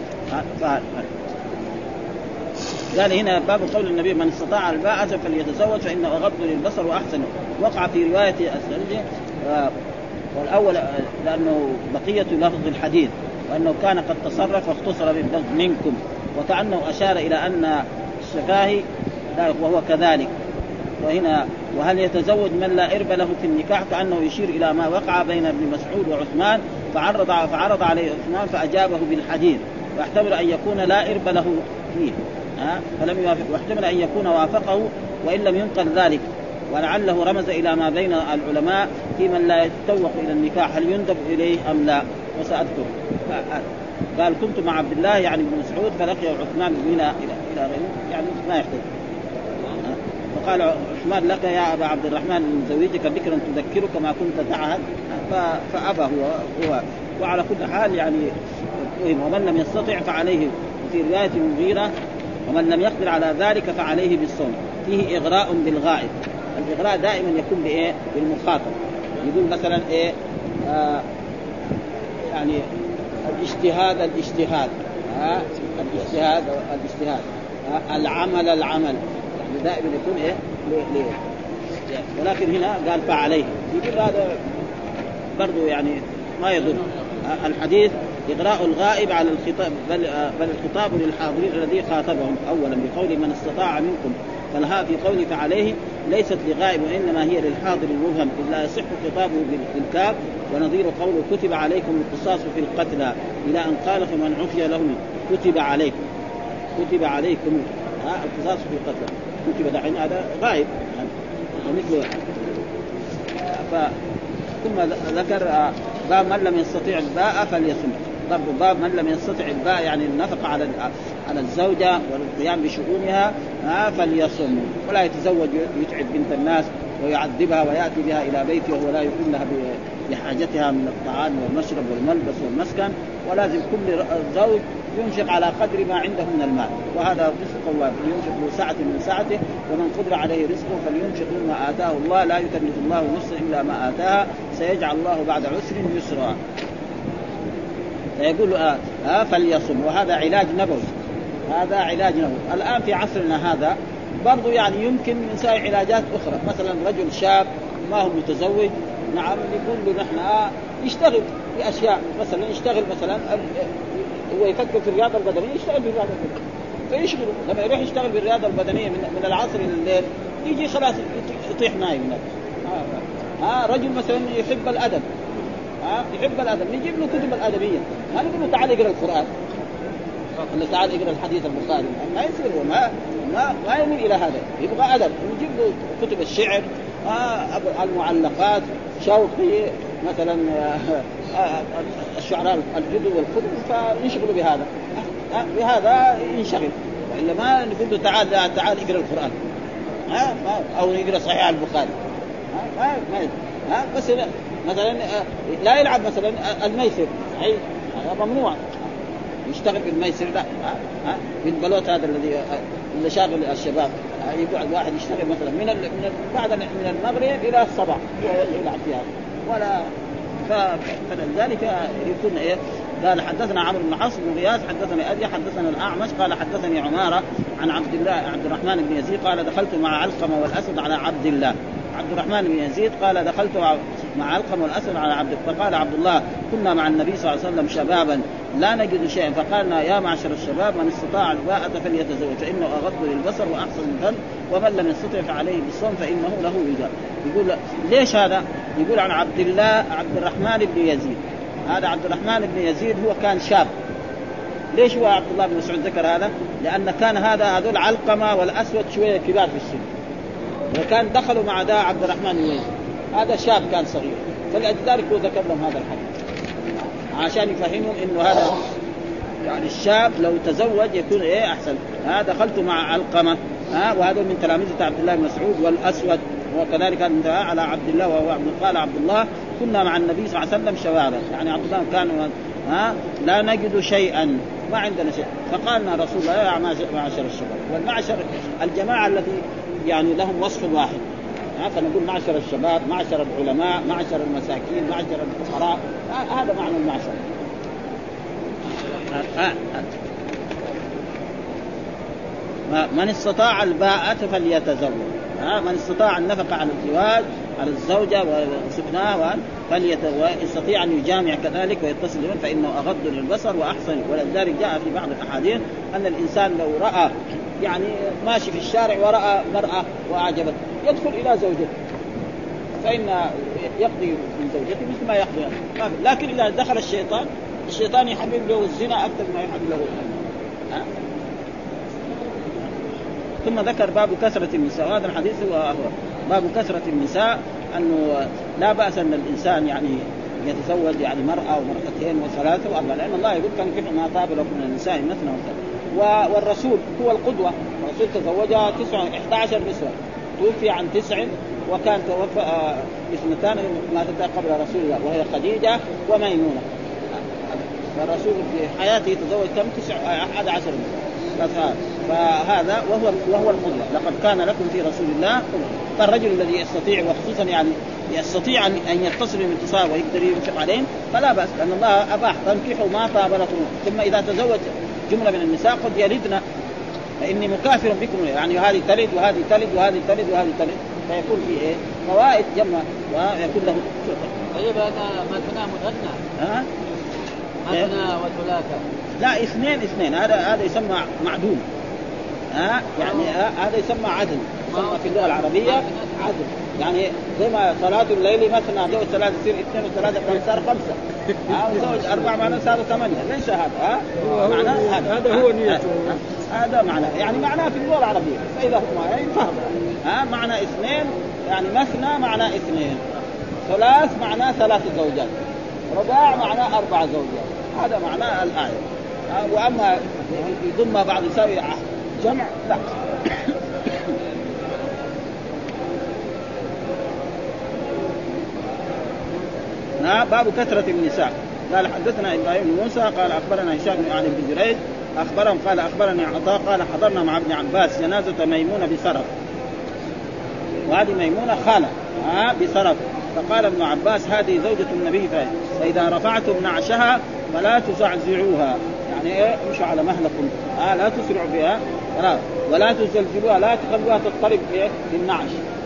قال هنا باب قول النبي من استطاع الباءة فليتزوج فإنه أغض للبصر وأحسن. وقع في رواية السرجي والأول لأنه بقية لفظ الحديث وأنه كان قد تصرف واختصر باللفظ منكم، وكأنه أشار إلى أن الشفاهي وهو كذلك. وهنا وهل يتزوج من لا إرب له في النكاح، كأنه يشير إلى ما وقع بين ابن مسعود وعثمان فعرض عليه عثمان فأجابه بالحديث، واحتمل أن يكون لا إرب له فيه فلم يوافق، واحتمل أن يكون وافقه وإن لم ينقل ذلك، ولعله رمز إلى ما بين العلماء في من لا يتوق إلى النكاح هل يندب إليه أم لا. وسأذكر قال كنت مع عبد الله يعني ابن مسعود فلقي عثمان إلى غيره يعني ما يحتاج. فقال عثمان لك يا أبا عبد الرحمن من زوجك بكرا تذكرك ما كنت تعهد، فأبى هو. وعلى كل حال يعني ومن لم يستطع فعليه، في رواية مغيرة ومن لم يقدر على ذلك فعليه بالصوم. فيه إغراء بالغائب. الإغراء دائما يكون بإيه؟ بالمخاطب. يقول مثلا إيه يعني الاجتهاد العمل يعني دائما يكون إيه ليه. ولكن هنا قال فعليه، يقول هذا برضو يعني ما يضر. الحديث إغراء الغائب على الخطاب بل الخطاب للحاضرين الذي خاطبهم أولا بقول من استطاع منكم، فالها في قوله فعليه ليست لغائب وإنما هي للحاضر المبهم إلا يصح خطابه بالكاف، ونظير قوله كتب عليكم القصاص في القتلى إلى أن قال فمن عفي له كتب عليكم القصاص في القتلى كتب دحين هذا غائب ومثله. ثم ذكر باب من لم يستطيع الباء فليصم. برضو باب من لم يستطع الباء يعني النفقة على الزوجة والقيام بشؤونها فليصم، ولا يتزوج يتعب بنت الناس ويعذبها ويأتي بها إلى بيته وهو لا يكون لها بحاجتها من الطعام والمشرب والملبس والمسكن. ولازم كل زوج ينفق على قدر ما عنده من المال، وهذا رزق الله ينفق ذو سعة من سعته ومن قدر عليه رزقه فلينفق مما آتاه الله لا يكلف الله نفسا إلا ما آتاها سيجعل الله بعد عسر يسرا. فيقول فليصم، وهذا علاج نبوي. الآن في عصرنا هذا برضو يعني يمكن نساوي علاجات أخرى. مثلا رجل شاب ما هو متزوج نعم يقول له نحن يشتغل في أشياء، مثلا يشتغل مثلا هو يفكر في الرياضة البدنية يشتغل في الرياضة البدنية فيشغله. لما يروح يشتغل بالرياضة البدنية من العصر لليل يجي خلاص يطيح نايم. رجل مثلا يحب الأدب نجيب له كتب الأدبية، ما نقول له تعال اقرأ القرآن ولا تعال اقرأ الحديث البخاري، ما يصير ما يميل إلى هذا، يبغى أدب. نجيب له كتب الشعر المعلقات شوقي مثلا الشعراء الجدد والكتب فينشغلوا بهذا ينشغل. وإلا ما نقول له تعال اقرأ القرآن أو يقرأ صحيح البخاري بس مثلا لا يلعب مثلا الميسر هذا ممنوع يشتغل بالميسر لا بالبلوت هذا اللي شاغل الشباب. يقعد واحد يشتغل مثلا من المغرب إلى الصباح يلعب فيها ولا فلذلك يكون إيه. قال حدثنا عمرو بن حفص بن غياث حدثنا أبي حدثنا الأعمش قال حدثني عمارة عن عبد الرحمن بن يزيد قال دخلت مع علقمة والأسد على عبد الله. عبد الرحمن بن يزيد قال دخلت مع علقمة والأسد على عبد الله. فقال عبد الله كنا مع النبي صلى الله عليه وسلم شبابا لا نجد شيئا فقالنا يا معشر الشباب من استطاع الباءة فليتزوج فإنه أغض للبصر وأحسن للفم ومن لم يستطع فعليه بالصوم فإنه له وجاء. يقول ليش هذا؟ يقول عن عبد الرحمن بن يزيد. هذا عبد الرحمن بن يزيد هو كان شاب. ليش هو عبد الله بن مسعود ذكر هذا؟ لأن كان هذول علقمة والأسود شوية كبار في السن وكان دخلوا مع عبد الرحمن بن يزيد. هذا شاب كان صغير فلذلك هو ذكر لهم هذا الحديث عشان يفهمهم إنه هذا يعني الشاب لو تزوج يكون إيه أحسن. دخلت مع علقمة وهذا من تلاميذ عبد الله بن مسعود والأسود وكذلك انتهى على عبد الله وهو قال عبد الله كنا مع النبي صلى الله عليه وسلم شبابا يعني عبد الله كان لا نجد شيئا ما عندنا شيء فقالنا رسول الله يا معشر الشباب. والمعشر الجماعة التي يعني لهم وصف واحد فنقول معشر الشباب، معشر العلماء، معشر المساكين، معشر الفقراء، هذا معنى المعشر. من استطاع الباءة فليتزوج. من استطاع النفقة على الزواج على الزوجة وسكنها ويستطيع أن يجامع كذلك ويتصل بهم فإنه أغض للبصر وأحسن. ولذلك جاء في بعض الأحاديث أن الإنسان لو رأى يعني ماشي في الشارع ورأى مرأة وأعجبته يدخل إلى زوجته فإن يقضي من زوجته مثل ما يقضي. لكن إذا دخل الشيطان يحبب له الزنا أكثر ما يحبب له الزنا. ثم ذكر باب كثرة النساء. وهذا الحديث هو باب كثرة النساء، أنه لا بأس أن الإنسان يعني يتزوج يعني مرأة ومرأتين وثلاثة وأربعة، لأن الله يقول كان ما طاب لكم من النساء مثنى وثلاثة. والرسول هو القدوة، الرسول تزوجها 11 نسوة، توفي عن 9 وكان توفى اثنتان ماتتا قبل رسول الله وهي خديجة وميمونة. فالرسول في حياته تزوج كم 11 نسوة. فهذا وهو القدوة. لقد كان لكم في رسول الله قدوة. فالرجل الذي يستطيع وخصوصا يعني يستطيع أن يتصل بالاتصال ويقدر ينفق عليهم فلا بأس، لأن الله أباح تنكحوا ما طاب لكم. ثم إذا تزوج جملة من النساء قد يلدن فإني مكافر بكم، يعني هذه تلد وهذه تلد وهذه تلد وهذه تلد، فيكون في فوائد جمع ويكون له سلطة.
طيب هذا مثنى مثنى مثنى وثلاثة؟
لا، اثنين هذا يسمى معدوم. يعني هذا يسمى عدل، يسمى في اللغة العربية عدل. يعني زي ما صلاة الليل مثنى زوج ثلاثة يصير 2 و3 صار 5 وزوج 4 معناه صاروا 8. ليس هذا معنى هذا
هو نيته.
هذا معنى يعني معناه في اللغة العربية. فإذا هما يفهم معنى 2 يعني مثنى معناه 2، ثلاث معناه 3 زوجات، رباع معناه 4 زوجات. هذا معناه الآية. وأما يضم بعض يساوي جمع لا. باب كثرة النساء. قال حدثنا إبراهيم بن موسى قال أخبرنا هشام بن جريج أخبرهم قال أخبرني عطاء قال حضرنا مع ابن عباس جنازة ميمونة بصرف، وهذه ميمونة خالة بصرف. فقال ابن عباس هذه زوجة النبي فإذا رفعتم نعشها فلا تزعزعوها، يعني امشوا على مهلكم لا تسرعوا بها ولا تزلزلوها، لا تخلوها تضطرب بالنعش.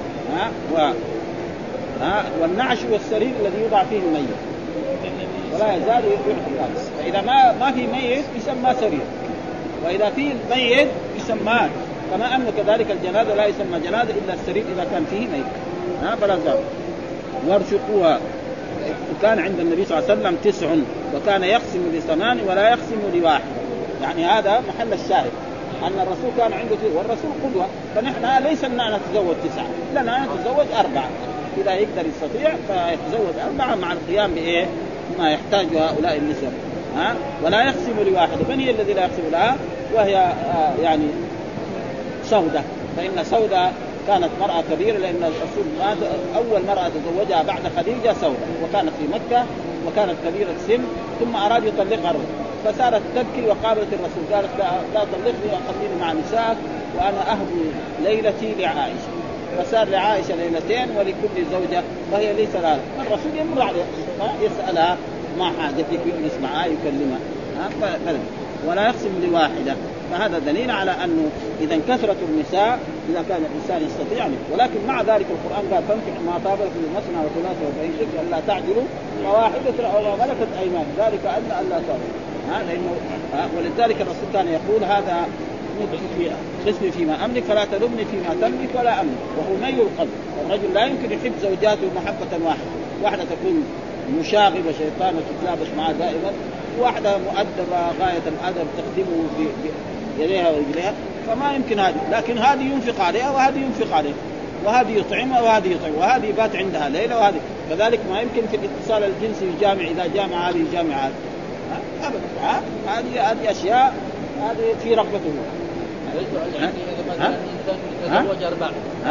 والنعش هو السرير الذي يوضع فيه الميت ولا يزال يحدث. فإذا ما في ميت يسمى سرير، وإذا في ميت يسمى كما أن كذلك الجنازة لا يسمى جنازة إلا السرير إذا كان فيه ميت فلا زال. وارشقوها. وكان عند النبي صلى الله عليه وسلم 9 وكان يقسم ل8 ولا يقسم ل1. يعني هذا محل الشاهد أن الرسول كان عنده والرسول قدوة. فنحن ليس لنا نتزوج 9، لنا نتزوج 4. إذا يقدر يستطيع فيتزوج 4 مع القيام بإيه ما يحتاج هؤلاء النساء. ولا يقسم ل1. من هي الذي لا يقسم لها؟ وهي يعني سودة. فإن سودة كانت مرأة كبيرة، لأن الرسول أول مرأة تزوجها بعد خديجة سودة، وكانت في مكة وكانت كبيرة السن، ثم أراد يطلقها فصارت تبكي وقابلت الرسول قالت لا تطلقني وخليني مع نساء وأنا أهدي ليلتي لعائشة. فصار لعائشة 2 ليلتين ولكل زوجة، وهي ليس لها. الرسول يمر عليه يسألها ما حاجتك يجلس معها يكلمها ولا يقسم ل1. فهذا دليل على أنه إذا كثرة النساء إذا كان الإنسان يستطيع. ولكن مع ذلك القرآن قال فانكحوا ما طاب لكم من مثنى وثلاث وأربع إن ألا تعدلوا فواحدة أو ما ملكت أيمانكم ذلك أدنى ألا تعدلوا. ولذلك الرسول كان يقول هذا قسمي فيما أملك فلا تلمني فيما تملك ولا أملك، وهو ميل القلب. الرجل لا يمكن يحب زوجاته محبة واحدة تكون مشاغبة شيطان وتتلابس معه دائما، واحدة مؤدبة غاية الأدب تخدمه بيديها ورجليها، فما يمكن هذه. لكن هذه ينفق عليها وهذه ينفق عليها، وهذه يطعمها وهذه يطعمها، وهذه بات عندها ليلة وهذه كذلك. ما يمكن في الاتصال الجنسي يجامع، إذا جامع هذه يجامع هذه أبدا. هذه أشياء هذه في رغبته.
مثلا الإنسان يتزوج 4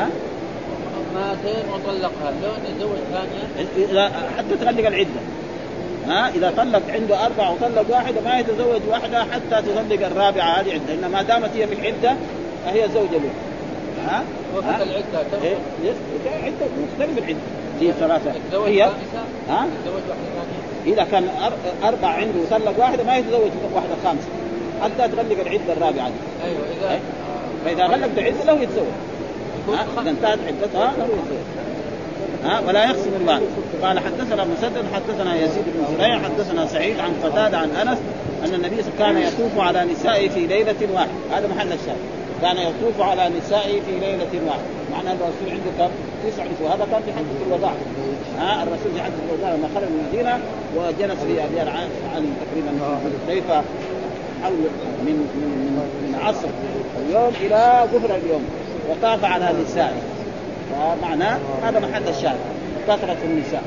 2 وطلقها، لو يتزوج ثانية
حتى تغلق العدة. إذا طلق عنده 4 وطلق 1 ما يتزوج 1 حتى تطلق الرابعة هذه عدة، إنما دامت هي في العدة فهي زوجة له.
وقت العدة
عدة مختلف العدة في ثلاثة هي
يتزوج واحدة ثانية
إذا كان 4 عنده وطلق واحدة ما يتزوج واحدة خامسة حتى تغلق العدة الرابعة.
أيوة إذا
فإذا غلقت العدة له يتزوج إذا انتهت عدتها له يتزوج ولا يقسم المال. قال حدثنا مسدد حدثنا يزيد بن زريع حدثنا سعيد عن قتادة عن أنس أن النبي كان يطوف على نسائه في ليلة واحدة. هذا محل الشاهد كان يطوف على نسائه في ليلة واحدة. معنى الرسول عنده كم 9 نسوة. هذا كان في حجة الوداع. الرسول في حجة الوداع لما خرج من المدينة وجلس في أبيار عن تقريبا حذيفة حول من عصر اليوم إلى ظهر اليوم وطاف على نسائه. فمعناه هذا محل الشاهد كثرة النساء.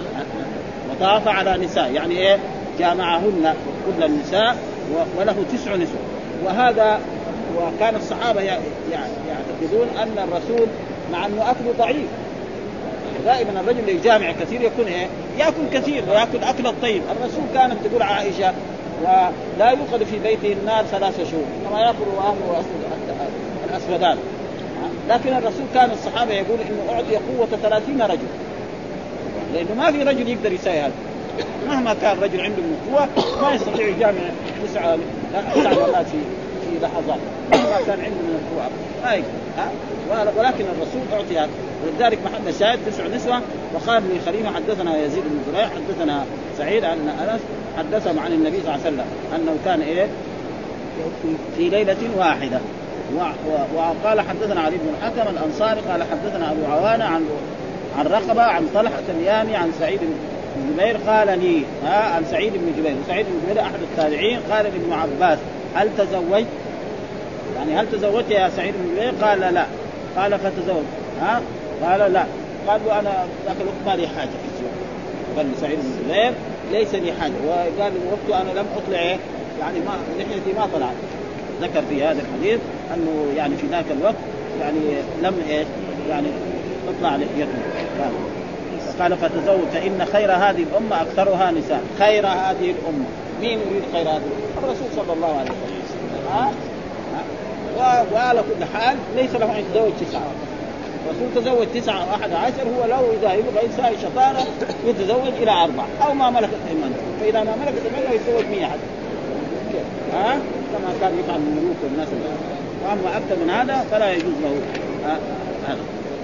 وطاف على نساء يعني إيه جامعهن كل النساء وله 9 نسوة. وهذا وكان الصحابة يعتقدون أن الرسول مع أنه أكله ضعيف دائما الرجل اللي يجامع كثير يكون إيه يأكل كثير ويأكل أكل الطيب. الرسول كانت تقول عائشة ولا يوقد في بيته النار 3 شهور كما يأكل أهله الأسودان. لكن الرسول كان الصحابة يقول إنه أعطي قوة 30 رجل لأنه ما في رجل يقدر يساوي هذا. مهما كان رجل عنده من قوة ما يستطيع يجامع 9 مرات في لحظات مهما كان عنده من القوة ما يقدر. ولكن الرسول أعطي هذا. ولذلك محمد الشاهد 9 نسوة. وقال لي خليفة حدثنا يزيد بن زريع حدثنا سعيد عن أنس حدثهم عن النبي صلى الله عليه وسلم أنه كان إيه في ليلة واحدة. وقال حدثنا علي بن الحكم الأنصاري قال حدثنا أبو عوانة عن رقبة عن طلحة اليامي عن سعيد بن جبير قال لي عن سعيد بن جبير. وسعيد بن جبير أحد التابعين. قال لابن عباس هل تزوجت يعني هل تزوجت يا سعيد بن جبير؟ قال لا. قال فتزوج قال لا. قال له أنا ذاك الوقت ما لي حاجة في الزواج. قال سعيد بن جبير ليس لي حاجة. وقال الوقت أنا لم أطلع يعني ما لحيتي ما طلعت. ذكر في هذا الحديث أنه يعني في ذاك الوقت يعني لم يعني تطلع لحيته. قال فتزوج فإن خير هذه الأمة أكثرها نساء. خير هذه الأمة مين يريد خير هذه الأمة؟ الرسول صلى الله عليه وسلم. وعلى كل حال ليس له أن يتزوج 9. الرسول تزوج 9 أو 11. هو لو إذا يبغى يساوي شطارة يتزوج إلى 4 أو ما ملكت أيمانه. فإذا ما ملكت أيمانه يتزوج 100 حد كما كان يفعل الملوك والناس. وأما أكثر من هذا فلا يجوز له هذا.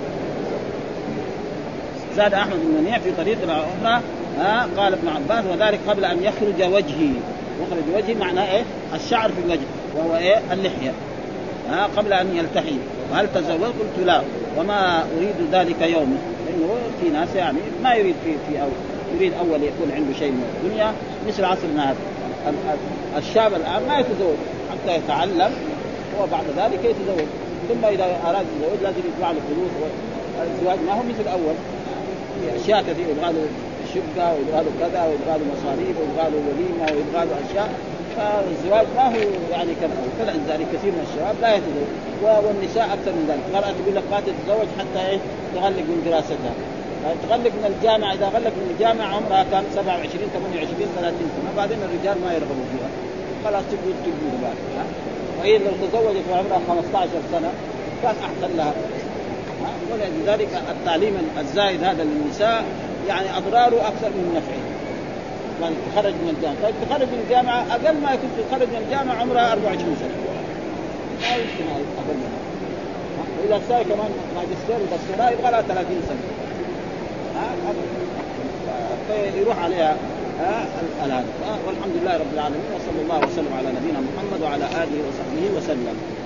زاد أحمد بن منيع في طريق الأخرى قال ابن عباس وذلك قبل أن يخرج وجهي. يخرج وجهي معناه إيه الشعر في الوجه وهو إيه اللحية قبل أن يلتحي. وهل تزوج؟ قلت لا وما أريد ذلك يوم. لأنه في ناس يعني ما يريد في أول يريد أول يكون عنده شيء من الدنيا مثل عصرنا هذا. الشاب الآن ما يتزوج حتى يتعلم وبعد ذلك يتزوج. ثم إذا أراد يتزوج لازم يدفع له فلوس. الزواج ما هو مثل الأول في أشياء كثيرة يبغى له شقة ويبغى له كذا ويبغى له مصاريف ويبغى له وليمة ويبغى له أشياء. فالزواج ما هو يعني كذا. فلذلك كثير من الشباب لا يتزوج والنساء أكثر من ذلك. المرأة تقول لك ما تتزوج حتى تغلق من دراستها. تغلق من الجامعة. إذا غلق من الجامعة عمرها كان 27 28 30 سنة بعدين الرجال ما يرغبوا فيها خلاص تقول بعد. وهي لو تزوجت وعمرها 15 سنة كان أحسن لها. ولذلك التعليم الزايد هذا للنساء يعني أضراره أكثر من نفعه. يعني تخرج من الجامعة. طيب تخرج من الجامعة أقل ما يكون تخرج من الجامعة عمرها 24 سنة. ما يمكن أقل منها. وإذا تساوي كمان ماجستير ودكتوراه يبغى لها 30 سنة. فيروح عليها الآن. والحمد لله رب العالمين وصلى الله وسلم على نبينا محمد وعلى آله وصحبه وسلم.